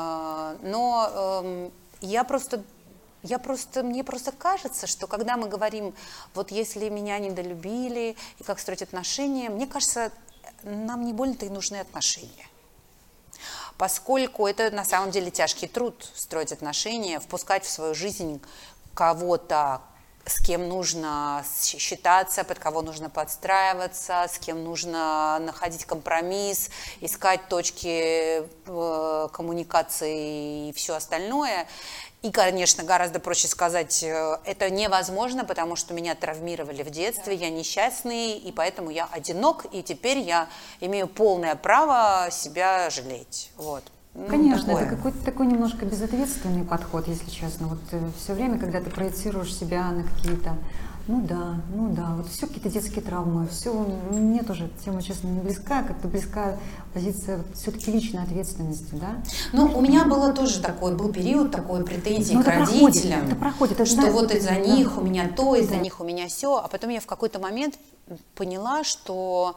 Но мне просто кажется, что когда мы говорим, вот если меня недолюбили, и как строить отношения, мне кажется, нам не больно-то и нужны отношения. Поскольку это на самом деле тяжкий труд строить отношения, впускать в свою жизнь кого-то, с кем нужно считаться, под кого нужно подстраиваться, с кем нужно находить компромисс, искать точки коммуникации и все остальное. И, конечно, гораздо проще сказать, это невозможно, потому что меня травмировали в детстве, я несчастный, и поэтому я одинок, и теперь я имею полное право себя жалеть. Вот. Конечно, такое. это какой-то такой немножко безответственный подход, если честно. Вот все время, когда ты проецируешь себя на какие-то, ну да, вот все какие-то детские травмы, все, мне тоже тема, честно, не близка, как-то близка позиция все-таки личной ответственности, да? Ну, у меня было тоже был период такой претензий к родителям, это проходит, что вот из-за них у меня то, из-за них у меня все, а потом я в какой-то момент поняла, что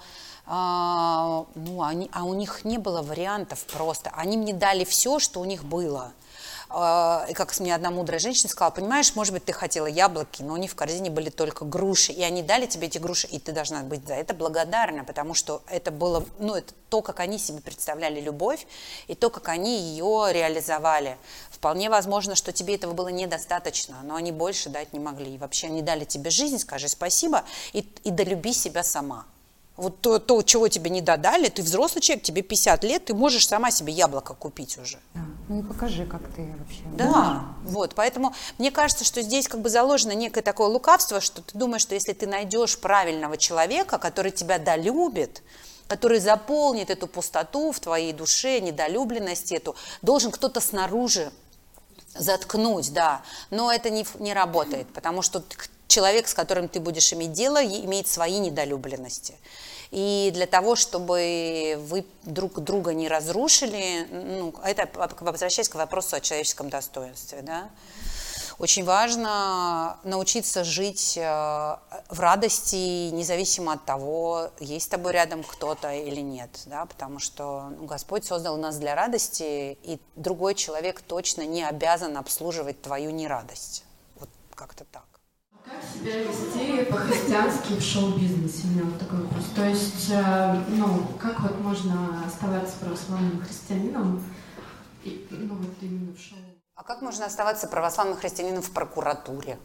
у них не было вариантов просто, они мне дали все, что у них было. И как мне одна мудрая женщина сказала, понимаешь, может быть, ты хотела яблоки, но у них в корзине были только груши, и они дали тебе эти груши, и ты должна быть за это благодарна, потому что это было, это то, как они себе представляли любовь, и то, как они ее реализовали. Вполне возможно, что тебе этого было недостаточно, но они больше дать не могли. И вообще они дали тебе жизнь, скажи спасибо, и долюби себя сама. Вот то, чего тебе не додали, ты взрослый человек, тебе 50 лет, ты можешь сама себе яблоко купить уже. Да. Ну и покажи, как ты вообще. Да, вот, поэтому мне кажется, что здесь как бы заложено некое такое лукавство, что ты думаешь, что если ты найдешь правильного человека, который тебя долюбит, который заполнит эту пустоту в твоей душе, недолюбленность эту, должен кто-то снаружи заткнуть, да, но это не работает, потому что человек, с которым ты будешь иметь дело, имеет свои недолюбленности. И для того, чтобы вы друг друга не разрушили, это возвращаясь к вопросу о человеческом достоинстве, да, очень важно научиться жить в радости, независимо от того, есть с тобой рядом кто-то или нет, да, потому что Господь создал нас для радости, и другой человек точно не обязан обслуживать твою нерадость. Вот как-то так. Как себя вести по-христиански в шоу-бизнесе? У меня вот такой вопрос. То есть, как вот можно оставаться православным христианином вот именно в шоу? А как можно оставаться православным христианином в прокуратуре?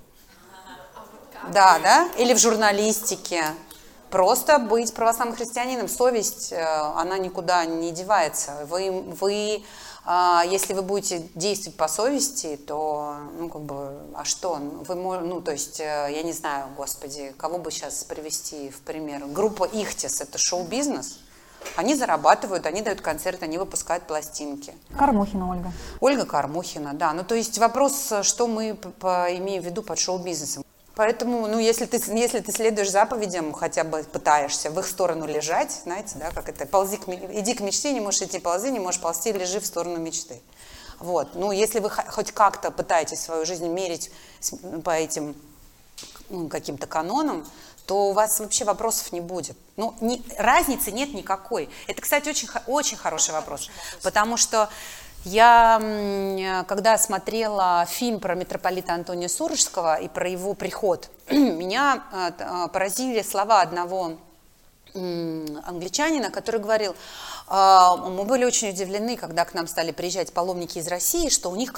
Да? Или в журналистике? Просто быть православным христианином. Совесть, она никуда не девается. Вы Если вы будете действовать по совести, то, а что? То есть, я не знаю, господи, кого бы сейчас привести в пример? Группа «Ихтис» — это шоу-бизнес. Они зарабатывают, они дают концерты, они выпускают пластинки. Кормухина Ольга. Ольга Кормухина, да. То есть вопрос, что мы имеем в виду под шоу-бизнесом. Поэтому, если ты следуешь заповедям, хотя бы пытаешься в их сторону лежать, знаете, да, как это, иди к мечте, не можешь идти, ползи, не можешь ползти, лежи в сторону мечты. Вот. Если вы хоть как-то пытаетесь свою жизнь мерить по этим каким-то канонам, то у вас вообще вопросов не будет. Разницы нет никакой. Это, кстати, очень хороший вопрос, потому что я, когда смотрела фильм про митрополита Антония Сурожского и про его приход, меня поразили слова одного англичанина, который говорил: мы были очень удивлены, когда к нам стали приезжать паломники из России, что у них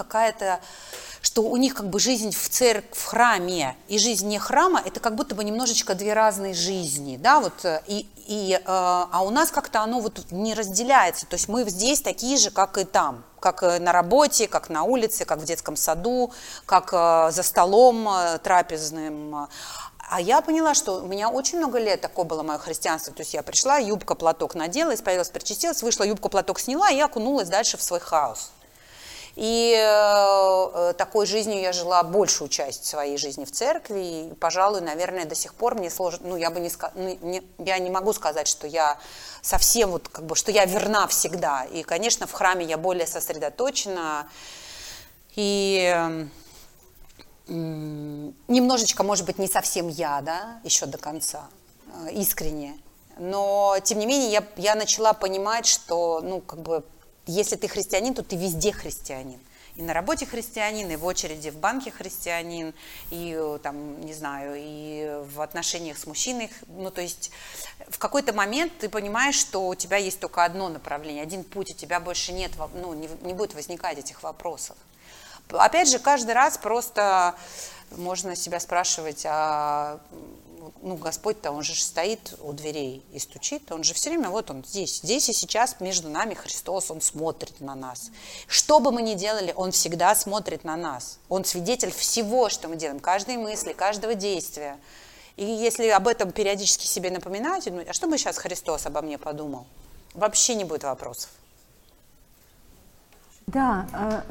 жизнь в храме и жизнь не храма — это как будто бы немножечко две разные жизни, да, а у нас как-то оно не разделяется, то есть мы здесь такие же, как и там, как на работе, как на улице, как в детском саду, как за столом трапезным. А я поняла, что у меня очень много лет такое было мое христианство. То есть я пришла, юбка-платок надела, исповедалась, причастилась, вышла, юбку-платок сняла и окунулась дальше в свой хаос. И такой жизнью я жила большую часть своей жизни в церкви. И, пожалуй, наверное, до сих пор мне сложно, я не могу сказать, что я совсем что я верна всегда. И, конечно, в храме я более сосредоточена. И немножечко, может быть, не совсем я, да, еще до конца, искренне. Но, тем не менее, я начала понимать, что, если ты христианин, то ты везде христианин. И на работе христианин, и в очереди в банке христианин, и и в отношениях с мужчиной. То есть в какой-то момент ты понимаешь, что у тебя есть только одно направление, один путь, у тебя больше нет, не будет возникать этих вопросов. Опять же, каждый раз просто можно себя спрашивать, Господь-то, Он же стоит у дверей и стучит, Он же все время, Он здесь и сейчас между нами Христос, Он смотрит на нас. Что бы мы ни делали, Он всегда смотрит на нас. Он свидетель всего, что мы делаем, каждой мысли, каждого действия. И если об этом периодически себе напоминать, а что бы сейчас Христос обо мне подумал? Вообще не будет вопросов. Да,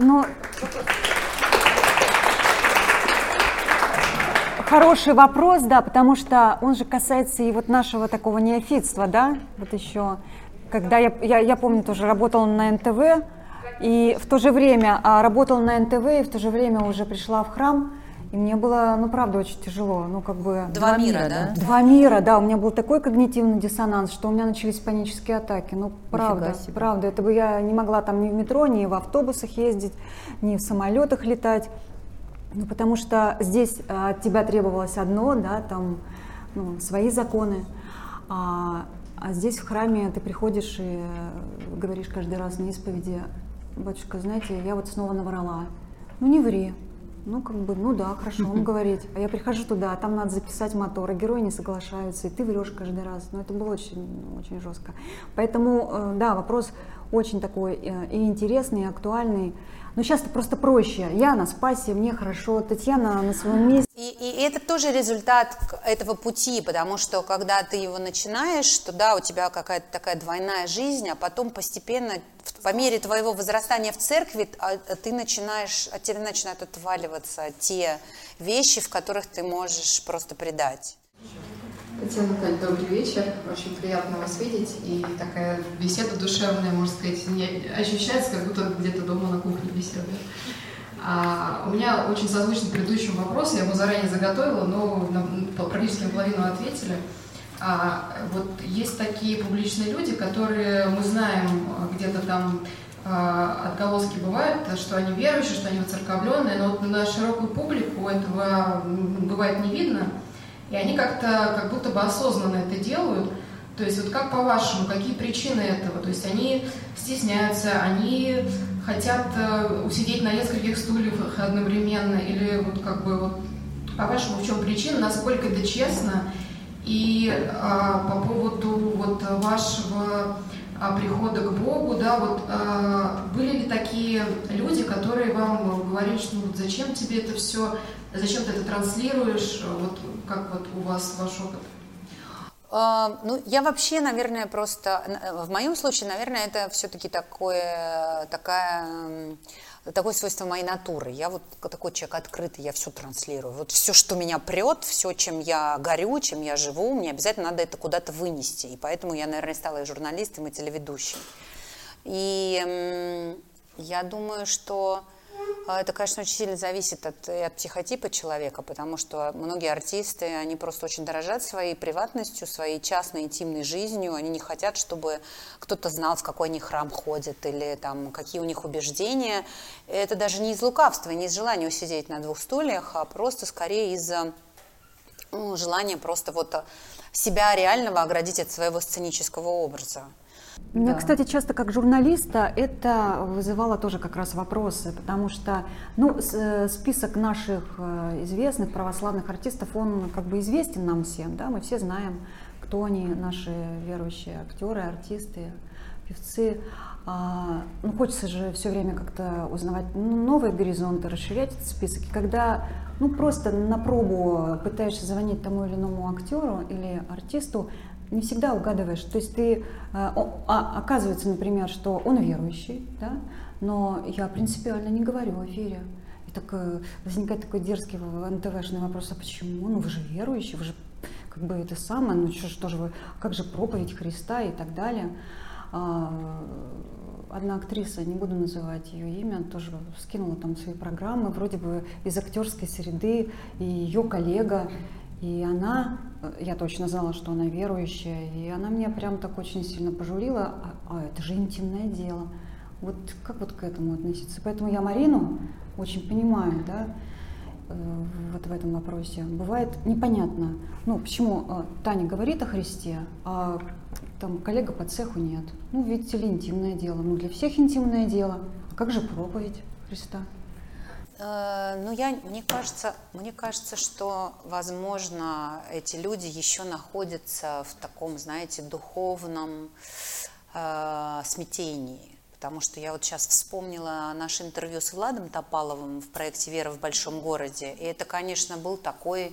хороший вопрос, да, потому что он же касается и нашего такого неофитства, да, еще, когда я помню, тоже работала на НТВ, и в то же время работала на НТВ, и в то же время уже пришла в храм, и мне было, правда, очень тяжело, Два мира, да? Два мира, да, у меня был такой когнитивный диссонанс, что у меня начались панические атаки, правда, это бы я не могла там ни в метро, ни в автобусах ездить, ни в самолетах летать. Потому что здесь от тебя требовалось одно, да, там свои законы, а здесь в храме ты приходишь и говоришь каждый раз на исповеди: батюшка, знаете, я снова наврала. Не ври. Да, хорошо, он говорит. А я прихожу туда, а там надо записать мотор, а герои не соглашаются, и ты врешь каждый раз. Это было очень жестко. Поэтому, да, вопрос очень такой и интересный, и актуальный. Но сейчас-то просто проще. Я на спасе, мне хорошо, Татьяна на своем месте. И это тоже результат этого пути, потому что когда ты его начинаешь, то да, у тебя какая-то такая двойная жизнь, а потом постепенно, по мере твоего возрастания в церкви, от тебя начинают отваливаться те вещи, в которых ты можешь просто предать. Татьяна, добрый вечер. Очень приятно вас видеть. И такая беседа душевная, можно сказать, ощущается, как будто где-то дома на кухне беседует. У меня очень созвучный предыдущему вопросу, я его заранее заготовила, но практически наполовину ответили. Есть такие публичные люди, которые мы знаем, где-то там отголоски бывают, что они верующие, что они воцерковленные, но на широкую публику этого бывает не видно. И они как будто бы осознанно это делают. То есть как по-вашему, какие причины этого? То есть они стесняются, они хотят усидеть на нескольких стульях одновременно? Или по-вашему, в чем причина, насколько это честно? И по поводу вашего прихода к Богу, да, вот были ли такие люди, которые вам говорили, что ну, зачем тебе это все, зачем ты это транслируешь, вот как вот у вас ваш опыт? Ну, я вообще, наверное, просто, в моем случае, наверное, это все-таки такое свойство моей натуры. Я вот такой человек открытый, я все транслирую. Вот все, что меня прет, все, чем я горю, чем я живу, мне обязательно надо это куда-то вынести. И поэтому я, наверное, стала и журналистом, и телеведущей. И я думаю, что это, конечно, очень сильно зависит от психотипа человека, потому что многие артисты, они просто очень дорожат своей приватностью, своей частной, интимной жизнью. Они не хотят, чтобы кто-то знал, в какой они храм ходят или там, какие у них убеждения. Это даже не из лукавства, не из желания усидеть на двух стульях, а просто скорее из-за желания просто вот себя реального оградить от своего сценического образа. Меня, кстати, часто как журналиста это вызывало тоже как раз вопросы, потому что список наших известных православных артистов, он как бы известен нам всем, да, мы все знаем, кто они, наши верующие актеры, артисты, певцы. Хочется же все время как-то узнавать новые горизонты, расширять этот список. И когда просто на пробу пытаешься звонить тому или иному актеру или артисту, не всегда угадываешь. То есть ты, оказывается, например, что он верующий, да, но я принципиально не говорю о вере. И так возникает такой дерзкий НТВшный вопрос: а почему? Вы же верующий, вы же как бы это самое, что же вы, как же проповедь Христа и так далее. Одна актриса, не буду называть ее имя, тоже скинула там свои программы, вроде бы из актерской среды, и ее коллега. И она, я точно знала, что она верующая, и она меня прям так очень сильно пожурила: это же интимное дело. Вот как вот к этому относиться? Поэтому я Марину очень понимаю, да, вот в этом вопросе. Бывает непонятно, почему Таня говорит о Христе, а там коллега по цеху нет. Видите ли, интимное дело. Для всех интимное дело. А как же проповедь Христа? Мне кажется, что, возможно, эти люди еще находятся в таком, знаете, духовном смятении. Потому что я вот сейчас вспомнила наше интервью с Владом Топаловым в проекте «Вера в большом городе». И это, конечно, был такое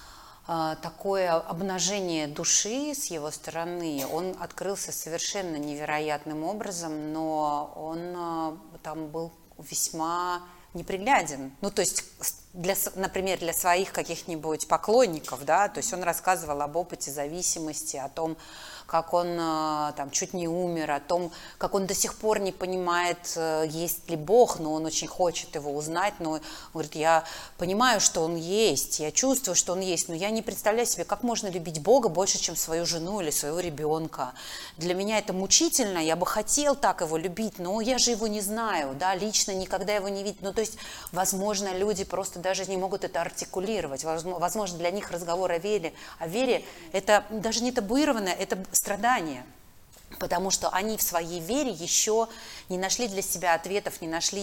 обнажение души с его стороны. Он открылся совершенно невероятным образом, но он там был весьма непригляден. То есть, например, для своих каких-нибудь поклонников, да, то есть он рассказывал об опыте зависимости, о том, как он там чуть не умер, о том, как он до сих пор не понимает, есть ли Бог, но он очень хочет его узнать, но он говорит: я понимаю, что он есть, я чувствую, что он есть, но я не представляю себе, как можно любить Бога больше, чем свою жену или своего ребенка. Для меня это мучительно, я бы хотел так его любить, но я же его не знаю, да, лично никогда его не видел. То есть, возможно, люди просто даже не могут это артикулировать, возможно, для них разговор о вере это даже не табуированное, это страдание, потому что они в своей вере еще не нашли для себя ответов, не нашли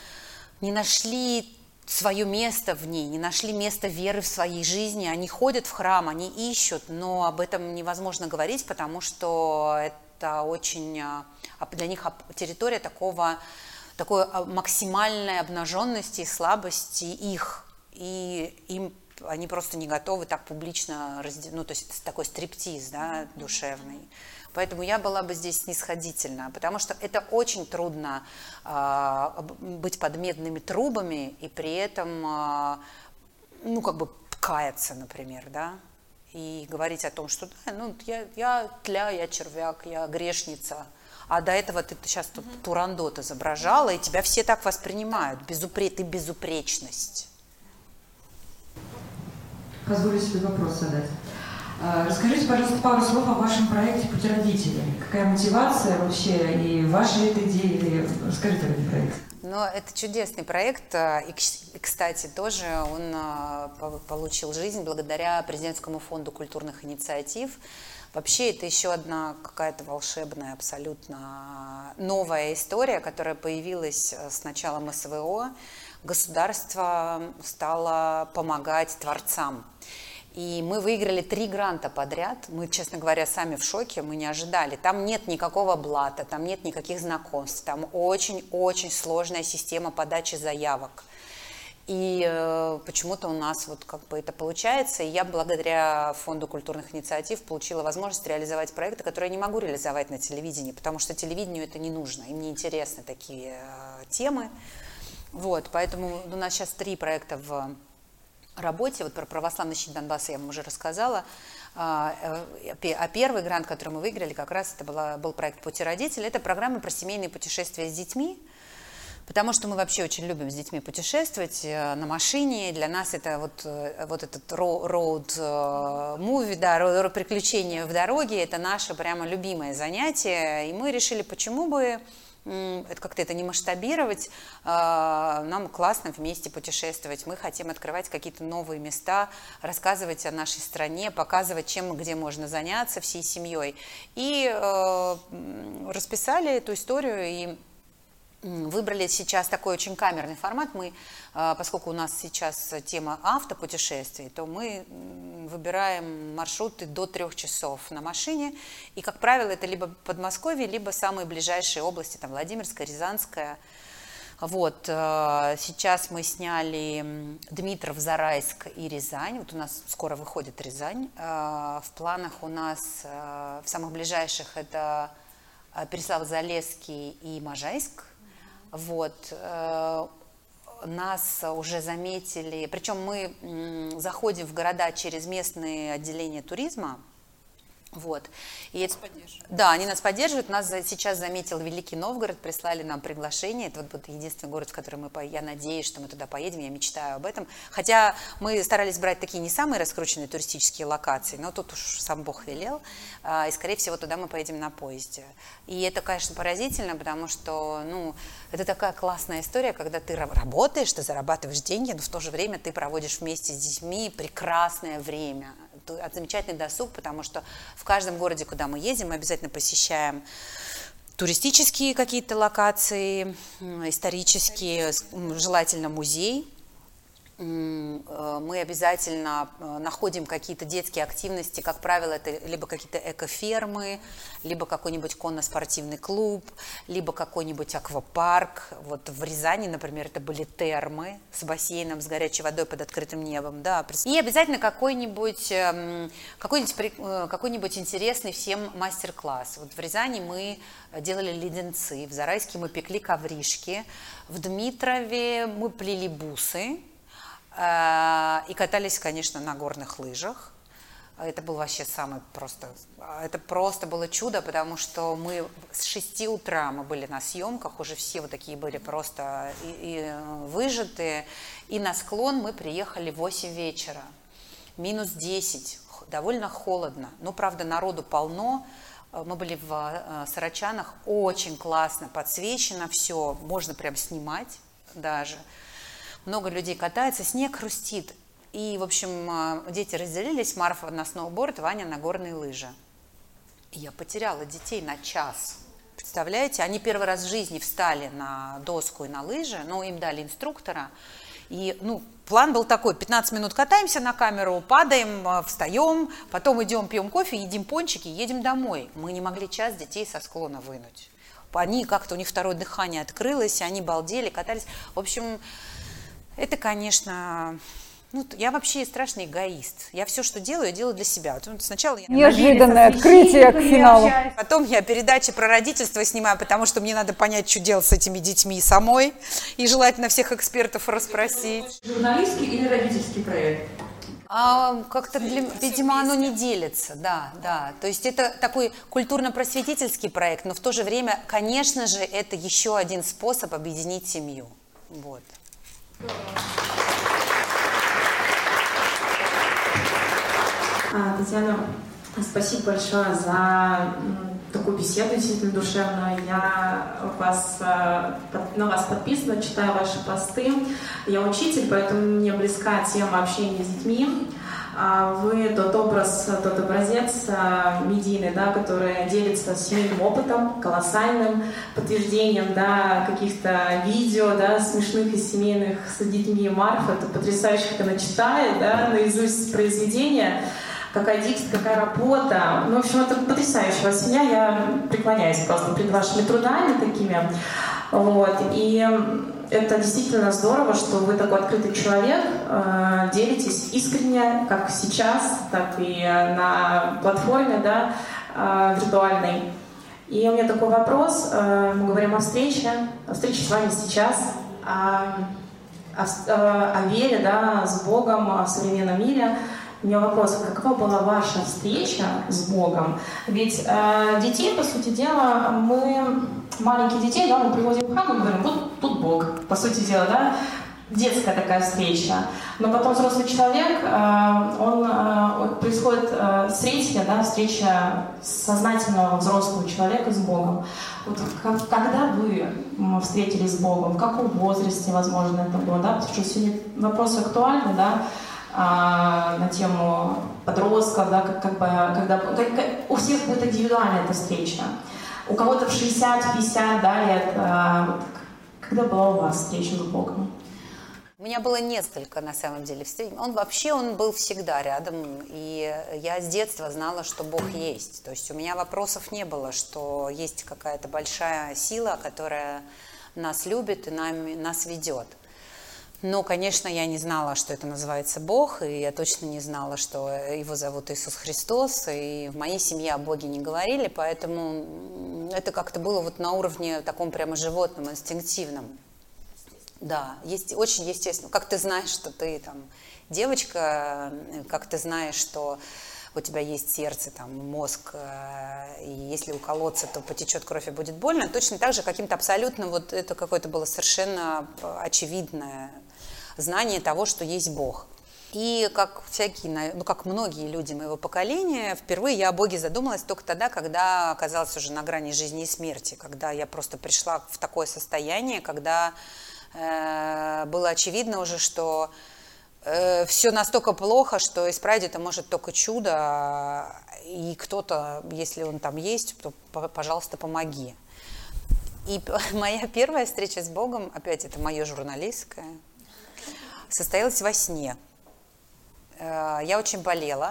свое место в ней, не нашли место веры в своей жизни. Они ходят в храм, они ищут, но об этом невозможно говорить, потому что это очень для них территория такой максимальной обнаженности и слабости их, и они просто не готовы так публично то есть такой стриптиз, да, душевный. Поэтому я была бы здесь снисходительна, потому что это очень трудно быть под медными трубами и при этом, каяться, например, да, и говорить о том, что я червяк, я грешница, а до этого ты сейчас тут турандот изображала, и тебя все так воспринимают, ты безупречность. Позволю себе вопрос задать. Расскажите, пожалуйста, пару слов о вашем проекте «Путеводители». Какая мотивация вообще и вашей этой идеи? Расскажите об этом проекте. Это чудесный проект. И, кстати, тоже он получил жизнь благодаря Президентскому фонду культурных инициатив. Вообще, это еще одна какая-то волшебная, абсолютно новая история, которая появилась с началом СВО. Государство стало помогать творцам. И мы выиграли 3 гранта подряд. Мы, честно говоря, сами в шоке, мы не ожидали. Там нет никакого блата, там нет никаких знакомств, там очень-очень сложная система подачи заявок. И почему-то у нас вот как бы это получается. И я благодаря Фонду культурных инициатив получила возможность реализовать проекты, которые я не могу реализовать на телевидении, потому что телевидению это не нужно, им не интересны такие темы. Вот, поэтому у нас сейчас 3 проекта в работе. Вот про православный щит Донбасса я вам уже рассказала. А первый грант, который мы выиграли, как раз это был проект «Пути родителей». Это программа про семейные путешествия с детьми. Потому что мы вообще очень любим с детьми путешествовать на машине. Для нас это вот этот роуд-муви, да, приключения в дороге, это наше прямо любимое занятие. И мы решили, почему бы как-то это не масштабировать, нам классно вместе путешествовать. Мы хотим открывать какие-то новые места, рассказывать о нашей стране, показывать, чем и где можно заняться всей семьей. И расписали эту историю и выбрали сейчас такой очень камерный формат. Мы, поскольку у нас сейчас тема автопутешествий, то мы выбираем маршруты до 3 часов на машине. И, как правило, это либо Подмосковье, либо самые ближайшие области, там Владимирская, Рязанская. Вот, сейчас мы сняли Дмитров, Зарайск и Рязань. Вот у нас скоро выходит Рязань. В планах у нас в самых ближайших это Переславль-Залесский и Можайск. Вот, нас уже заметили, причем мы заходим в города через местные отделения туризма. Вот. И это, да, они нас поддерживают. Нас сейчас заметил Великий Новгород, прислали нам приглашение. Это вот единственный город, в который я надеюсь, что мы туда поедем, я мечтаю об этом. Хотя мы старались брать такие не самые раскрученные туристические локации, но тут уж сам Бог велел. И, скорее всего, туда мы поедем на поезде. И это, конечно, поразительно, потому что, ну, это такая классная история, когда ты работаешь, ты зарабатываешь деньги, но в то же время ты проводишь вместе с детьми прекрасное время. Замечательный досуг, потому что в каждом городе, куда мы едем, мы обязательно посещаем туристические какие-то локации, исторические, желательно музей. Мы обязательно находим какие-то детские активности, как правило, это либо какие-то экофермы, либо какой-нибудь конно-спортивный клуб, либо какой-нибудь аквапарк. Вот в Рязани, например, это были термы с бассейном, с горячей водой под открытым небом. Да. И обязательно какой-нибудь интересный всем мастер-класс. Вот в Рязани мы делали леденцы, в Зарайске мы пекли ковришки, в Дмитрове мы плели бусы. И катались, конечно, на горных лыжах. Это был вообще это просто было чудо, потому что мы с 6 утра мы были на съемках, уже все вот такие были просто и выжатые. И на склон мы приехали в 8 вечера, минус 10, довольно холодно. Но, правда, народу полно. Мы были в Сарачанах, очень классно подсвечено все, можно прям снимать даже. Много людей катается, снег хрустит. И, в общем, дети разделились, Марфа на сноуборд, Ваня на горные лыжи. И я потеряла детей на час. Представляете, они первый раз в жизни встали на доску и на лыжи, но им дали инструктора. И, план был такой: 15 минут катаемся на камеру, падаем, встаем, потом идем, пьем кофе, едим пончики, едем домой. Мы не могли час детей со склона вынуть. Они как-то, у них второе дыхание открылось, они балдели, катались. В общем, это, конечно, я вообще страшный эгоист. Я все, что делаю, я делаю для себя. Сначала я неожиданное открытие к финалу. Потом я передачи про родительство снимаю, потому что мне надо понять, что делать с этими детьми самой. И желательно всех экспертов расспросить. Журналистский или родительский проект? Как-то, видимо, оно не делится, да. То есть это такой культурно-просветительский проект, но в то же время, конечно же, это еще один способ объединить семью. Вот. Татьяна, спасибо большое за такую беседу, действительно душевную. Я на вас подписана, читаю ваши посты. Я учитель, поэтому мне близка тема общения с детьми. Вы тот образ, тот образец медийный, да, который делится семейным опытом, колоссальным подтверждением, да, каких-то видео, да, смешных и семейных с детьми. Марфа, это потрясающе, как она читает, да, наизусть произведения. Какая дикция, какая работа. Ну, в общем, это потрясающая семья. Я преклоняюсь просто перед вашими трудами такими. Вот. И это действительно здорово, что вы такой открытый человек, делитесь искренне, как сейчас, так и на платформе, да, виртуальной. И у меня такой вопрос. Мы говорим о встрече с вами сейчас, о вере, да, с Богом, о современном мире. У меня вопрос, какова была ваша встреча с Богом? Ведь детей, по сути дела, маленьких детей, да, мы приводим в храм и говорим, вот тут Бог, по сути дела, да, детская такая встреча. Но потом взрослый человек, происходит встретя, да, встреча сознательного взрослого человека с Богом. Вот когда вы встретились с Богом, в каком возрасте, возможно, это было, да, потому что сегодня вопросы актуальны, да, на тему подростков, да, когда у всех будет индивидуальная эта встреча. У кого-то в 60-50, да, лет. Когда была у вас встреча с Богом? У меня было несколько, на самом деле, встреч. Он был всегда рядом, и я с детства знала, что Бог есть. То есть у меня вопросов не было, что есть какая-то большая сила, которая нас любит и нас ведет. Но, конечно, я не знала, что это называется Бог, и я точно не знала, что его зовут Иисус Христос, и в моей семье о Боге не говорили, поэтому это как-то было вот на уровне таком прямо животном, инстинктивном. Да, очень естественно. Как ты знаешь, что ты там девочка, как ты знаешь, что у тебя есть сердце, там, мозг, и если уколоться, то потечет кровь и будет больно, точно так же каким-то абсолютно, вот это какое-то было совершенно очевидное знание того, что есть Бог. И как как многие люди моего поколения, впервые я о Боге задумалась только тогда, когда оказалась уже на грани жизни и смерти, когда я просто пришла в такое состояние, когда было очевидно уже, что все настолько плохо, что исправить это может только чудо, и кто-то, если он там есть, то, пожалуйста, помоги. И моя первая встреча с Богом, опять это мое журналистское, состоялась во сне. Я очень болела,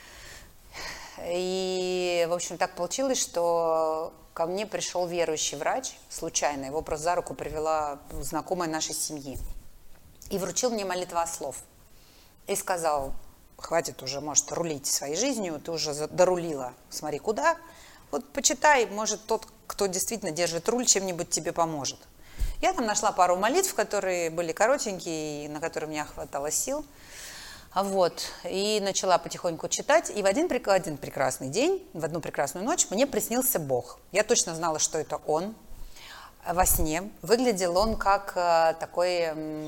и, в общем, так получилось, что ко мне пришел верующий врач, случайно, его просто за руку привела знакомая нашей семьи, и вручил мне молитвослов. И сказал, хватит уже, может, рулить своей жизнью, ты уже дорулила, смотри, куда. Вот почитай, может, тот, кто действительно держит руль, чем-нибудь тебе поможет. Я там нашла пару молитв, которые были коротенькие, на которые у меня хватало сил. Вот, и начала потихоньку читать, и в один прекрасный день, в одну прекрасную ночь мне приснился Бог. Я точно знала, что это Он во сне. Выглядел он как такой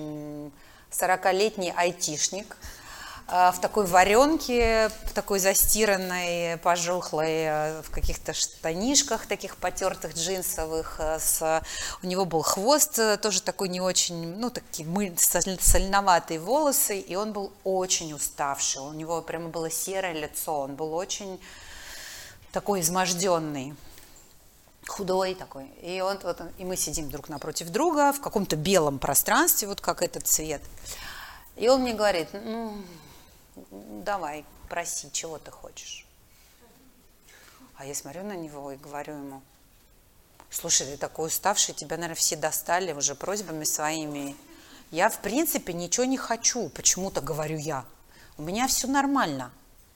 40-летний айтишник, в такой варенке, в такой застиранной, пожухлой, в каких-то штанишках таких потертых джинсовых. У него был хвост тоже такой не очень, ну, такие соленоватые волосы, и он был очень уставший. У него прямо было серое лицо, он был очень такой изможденный, худой такой. И мы сидим друг напротив друга в каком-то белом пространстве, вот как этот цвет. И он мне говорит, ну, давай, проси, чего ты хочешь. А я смотрю на него и говорю ему, слушай, ты такой уставший, тебя, наверное, все достали уже просьбами своими. Я, в принципе, ничего не хочу, почему-то говорю я. У меня все нормально,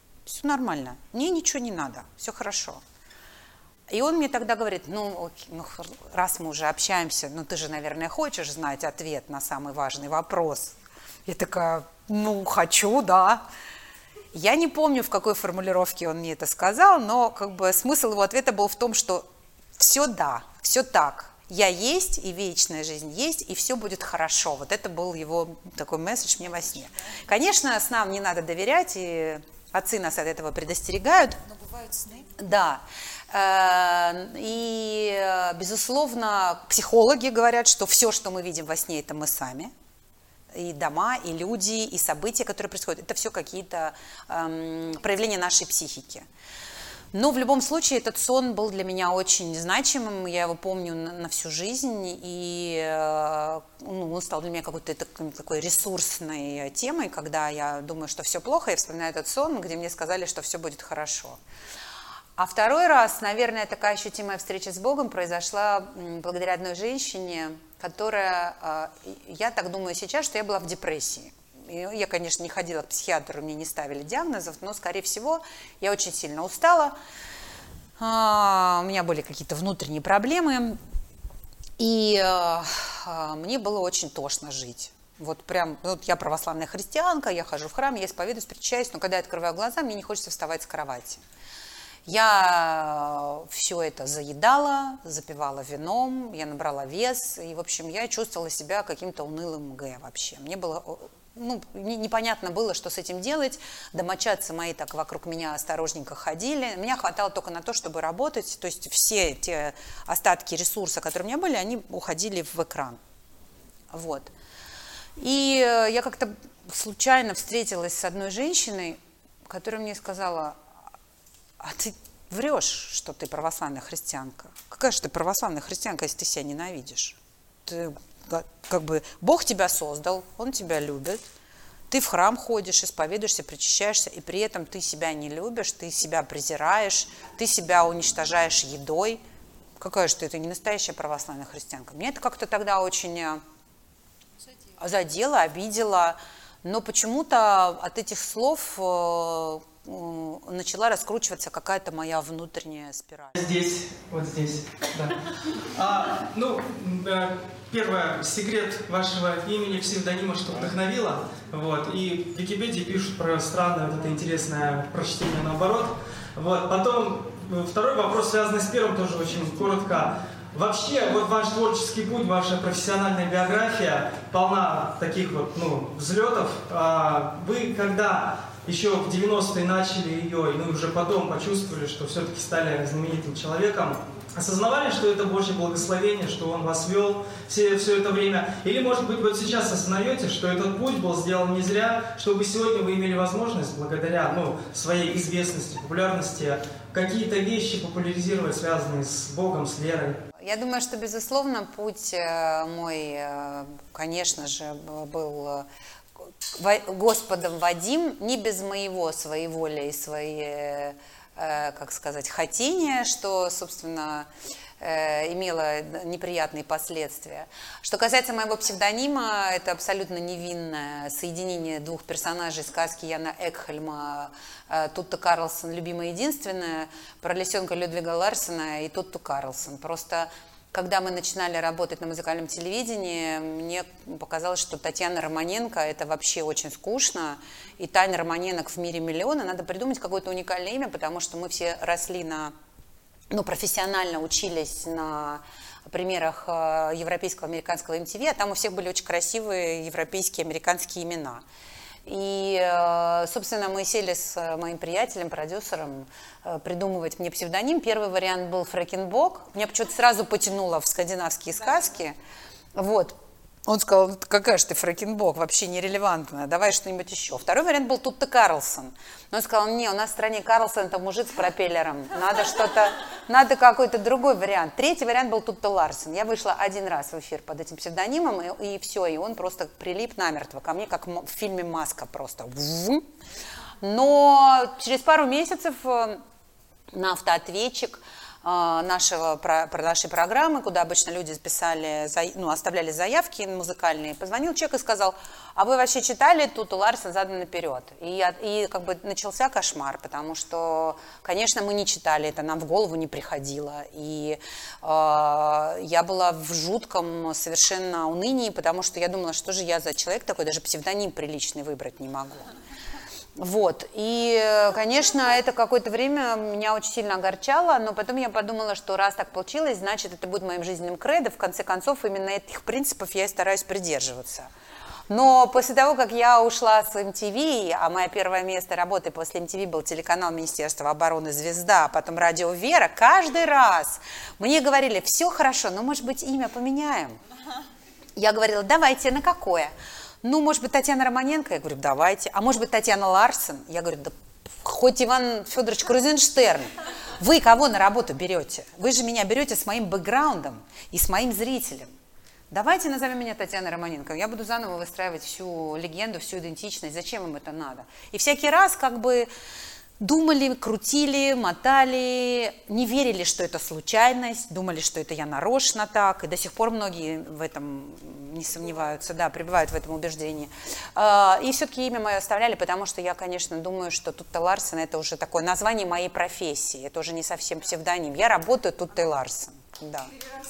мне ничего не надо, все хорошо. И он мне тогда говорит, ну, раз мы уже общаемся, ну, ты же, наверное, хочешь знать ответ на самый важный вопрос. Я такая, ну, хочу, да. Я не помню, в какой формулировке он мне это сказал, но как бы смысл его ответа был в том, что все да, все так. Я есть, и вечная жизнь есть, и все будет хорошо. Вот это был его такой месседж мне во сне. Конечно, снам не надо доверять, и отцы нас от этого предостерегают. Но бывают сны. Да. И, безусловно, психологи говорят, что все, что мы видим во сне, это мы сами. и дома, и люди, и события, которые происходят. Это все какие-то проявления нашей психики. Но в любом случае этот сон был для меня очень значимым, я его помню на всю жизнь, и он стал для меня какой-то такой ресурсной темой, когда я думаю, что все плохо, я вспоминаю этот сон, где мне сказали, что все будет хорошо. А второй раз, наверное, такая ощутимая встреча с Богом произошла благодаря одной женщине, которая, я так думаю сейчас, что я была в депрессии. Я, конечно, не ходила к психиатру, мне не ставили диагнозов, но, скорее всего, я очень сильно устала, у меня были какие-то внутренние проблемы, и мне было очень тошно жить. Вот прям, вот я православная христианка, я хожу в храм, я исповедуюсь, причащаюсь, но когда я открываю глаза, мне не хочется вставать с кровати. Я все это заедала, запивала вином, я набрала вес, и, в общем, я чувствовала себя каким-то унылым вообще. Мне было, непонятно было, что с этим делать, домочадцы мои так вокруг меня осторожненько ходили, меня хватало только на то, чтобы работать, то есть все те остатки ресурса, которые у меня были, они уходили в экран. Вот. И я как-то случайно встретилась с одной женщиной, которая мне сказала: а ты врешь, что ты православная христианка. Какая же ты православная христианка, если ты себя ненавидишь? Ты, как бы, Бог тебя создал, Он тебя любит. Ты в храм ходишь, исповедуешься, причащаешься, и при этом ты себя не любишь, ты себя презираешь, ты себя уничтожаешь едой. Какая же ты, это не настоящая православная христианка. Мне это как-то тогда очень задело, обидело. Но почему-то от этих слов начала раскручиваться какая-то моя внутренняя спираль. Здесь, вот здесь, да. Первое, секрет вашего имени, псевдонима, что вдохновило. Вот, и в Википедии пишут про странное, вот это интересное прочтение наоборот. Вот, потом, второй вопрос, связанный с первым, тоже очень коротко. Вообще, вот ваш творческий путь, ваша профессиональная биография полна таких вот, взлетов. Вы когда еще в 90-е начали ее, и уже потом почувствовали, что все-таки стали знаменитым человеком, осознавали, что это Божье благословение, что Он вас вел все это время? Или, может быть, вот сейчас осознаете, что этот путь был сделан не зря, чтобы сегодня вы имели возможность, благодаря своей известности, популярности, какие-то вещи популяризировать, связанные с Богом, с верой? Я думаю, что, безусловно, путь мой, конечно же, был Господом Вадим, не без моего своеволия и своей, как сказать, хотения, что, собственно, имело неприятные последствия. Что касается моего псевдонима, это абсолютно невинное соединение двух персонажей сказки Яна Экхельма, Тутта Карлсон, любимая единственная, про лисенка Людвига Ларсена и Тутту Карлсон. Просто когда мы начинали работать на музыкальном телевидении, мне показалось, что Татьяна Романенко – это вообще очень скучно, и Таня Романенок в мире миллиона, надо придумать какое-то уникальное имя, потому что мы все росли профессионально учились на примерах европейского, американского MTV, а там у всех были очень красивые европейские, американские имена. И, собственно, мы сели с моим приятелем, продюсером, придумывать мне псевдоним. Первый вариант был Фрэкенбок. Меня почему-то сразу потянуло в скандинавские сказки. Вот. Он сказал: какая же ты Фрэкенбок, вообще нерелевантная, давай что-нибудь еще. Второй вариант был Тутта Карлсон. Но он сказал: не, у нас в стране Карлсон это мужик с пропеллером, надо какой-то другой вариант. Третий вариант был Тутта Ларсен. Я вышла один раз в эфир под этим псевдонимом, и все, и он просто прилип намертво ко мне, как в фильме «Маска» просто. Но через пару месяцев на автоответчик нашей программы, куда обычно люди оставляли заявки музыкальные, позвонил человек и сказал: а вы вообще читали Тутту Ларсен задом наперед? И как бы начался кошмар, потому что, конечно, мы не читали, это нам в голову не приходило. И я была в жутком совершенно унынии, потому что я думала, что же я за человек такой, даже псевдоним приличный выбрать не могу. Вот, и, конечно, это какое-то время меня очень сильно огорчало, но потом я подумала, что раз так получилось, значит, это будет моим жизненным кредо, в конце концов, именно этих принципов я и стараюсь придерживаться. Но после того, как я ушла с MTV, а мое первое место работы после MTV был телеканал Министерства обороны «Звезда», а потом радио «Вера», каждый раз мне говорили: все хорошо, но, может быть, имя поменяем? Я говорила: давайте, на какое? ну, может быть, Татьяна Романенко? Я говорю, давайте. А может быть, Татьяна Ларсен? Я говорю, да хоть Иван Федорович Крузенштерн. Вы кого на работу берете? Вы же меня берете с моим бэкграундом и с моим зрителем. Давайте назовем меня Татьяной Романенко. Я буду заново выстраивать всю легенду, всю идентичность. Зачем им это надо? И всякий раз как бы думали, крутили, мотали, не верили, что это случайность, думали, что это я нарочно так. И до сих пор многие в этом не сомневаются, да, пребывают в этом убеждении. И все-таки имя мое оставляли, потому что я, конечно, думаю, что Тутте Ларсен – это уже такое название моей профессии. Это уже не совсем псевдоним. Я работаю Тутте Ларсен. Да.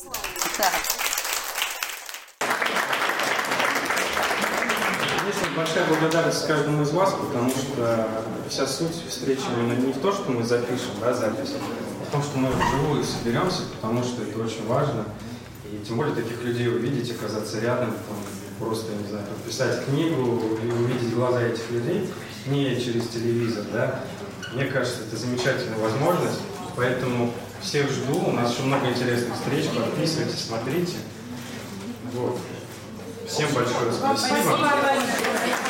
Конечно, большая благодарность каждому из вас, потому что вся суть встречи именно не в том, что мы запишем, да, запись, а в том, что мы вживую соберемся, потому что это очень важно. И тем более таких людей увидеть, оказаться рядом, там, просто, не знаю, подписать книгу и увидеть глаза этих людей не через телевизор, да. Мне кажется, это замечательная возможность, поэтому всех жду, у нас еще много интересных встреч, подписывайтесь, смотрите. Вот. Всем большое спасибо.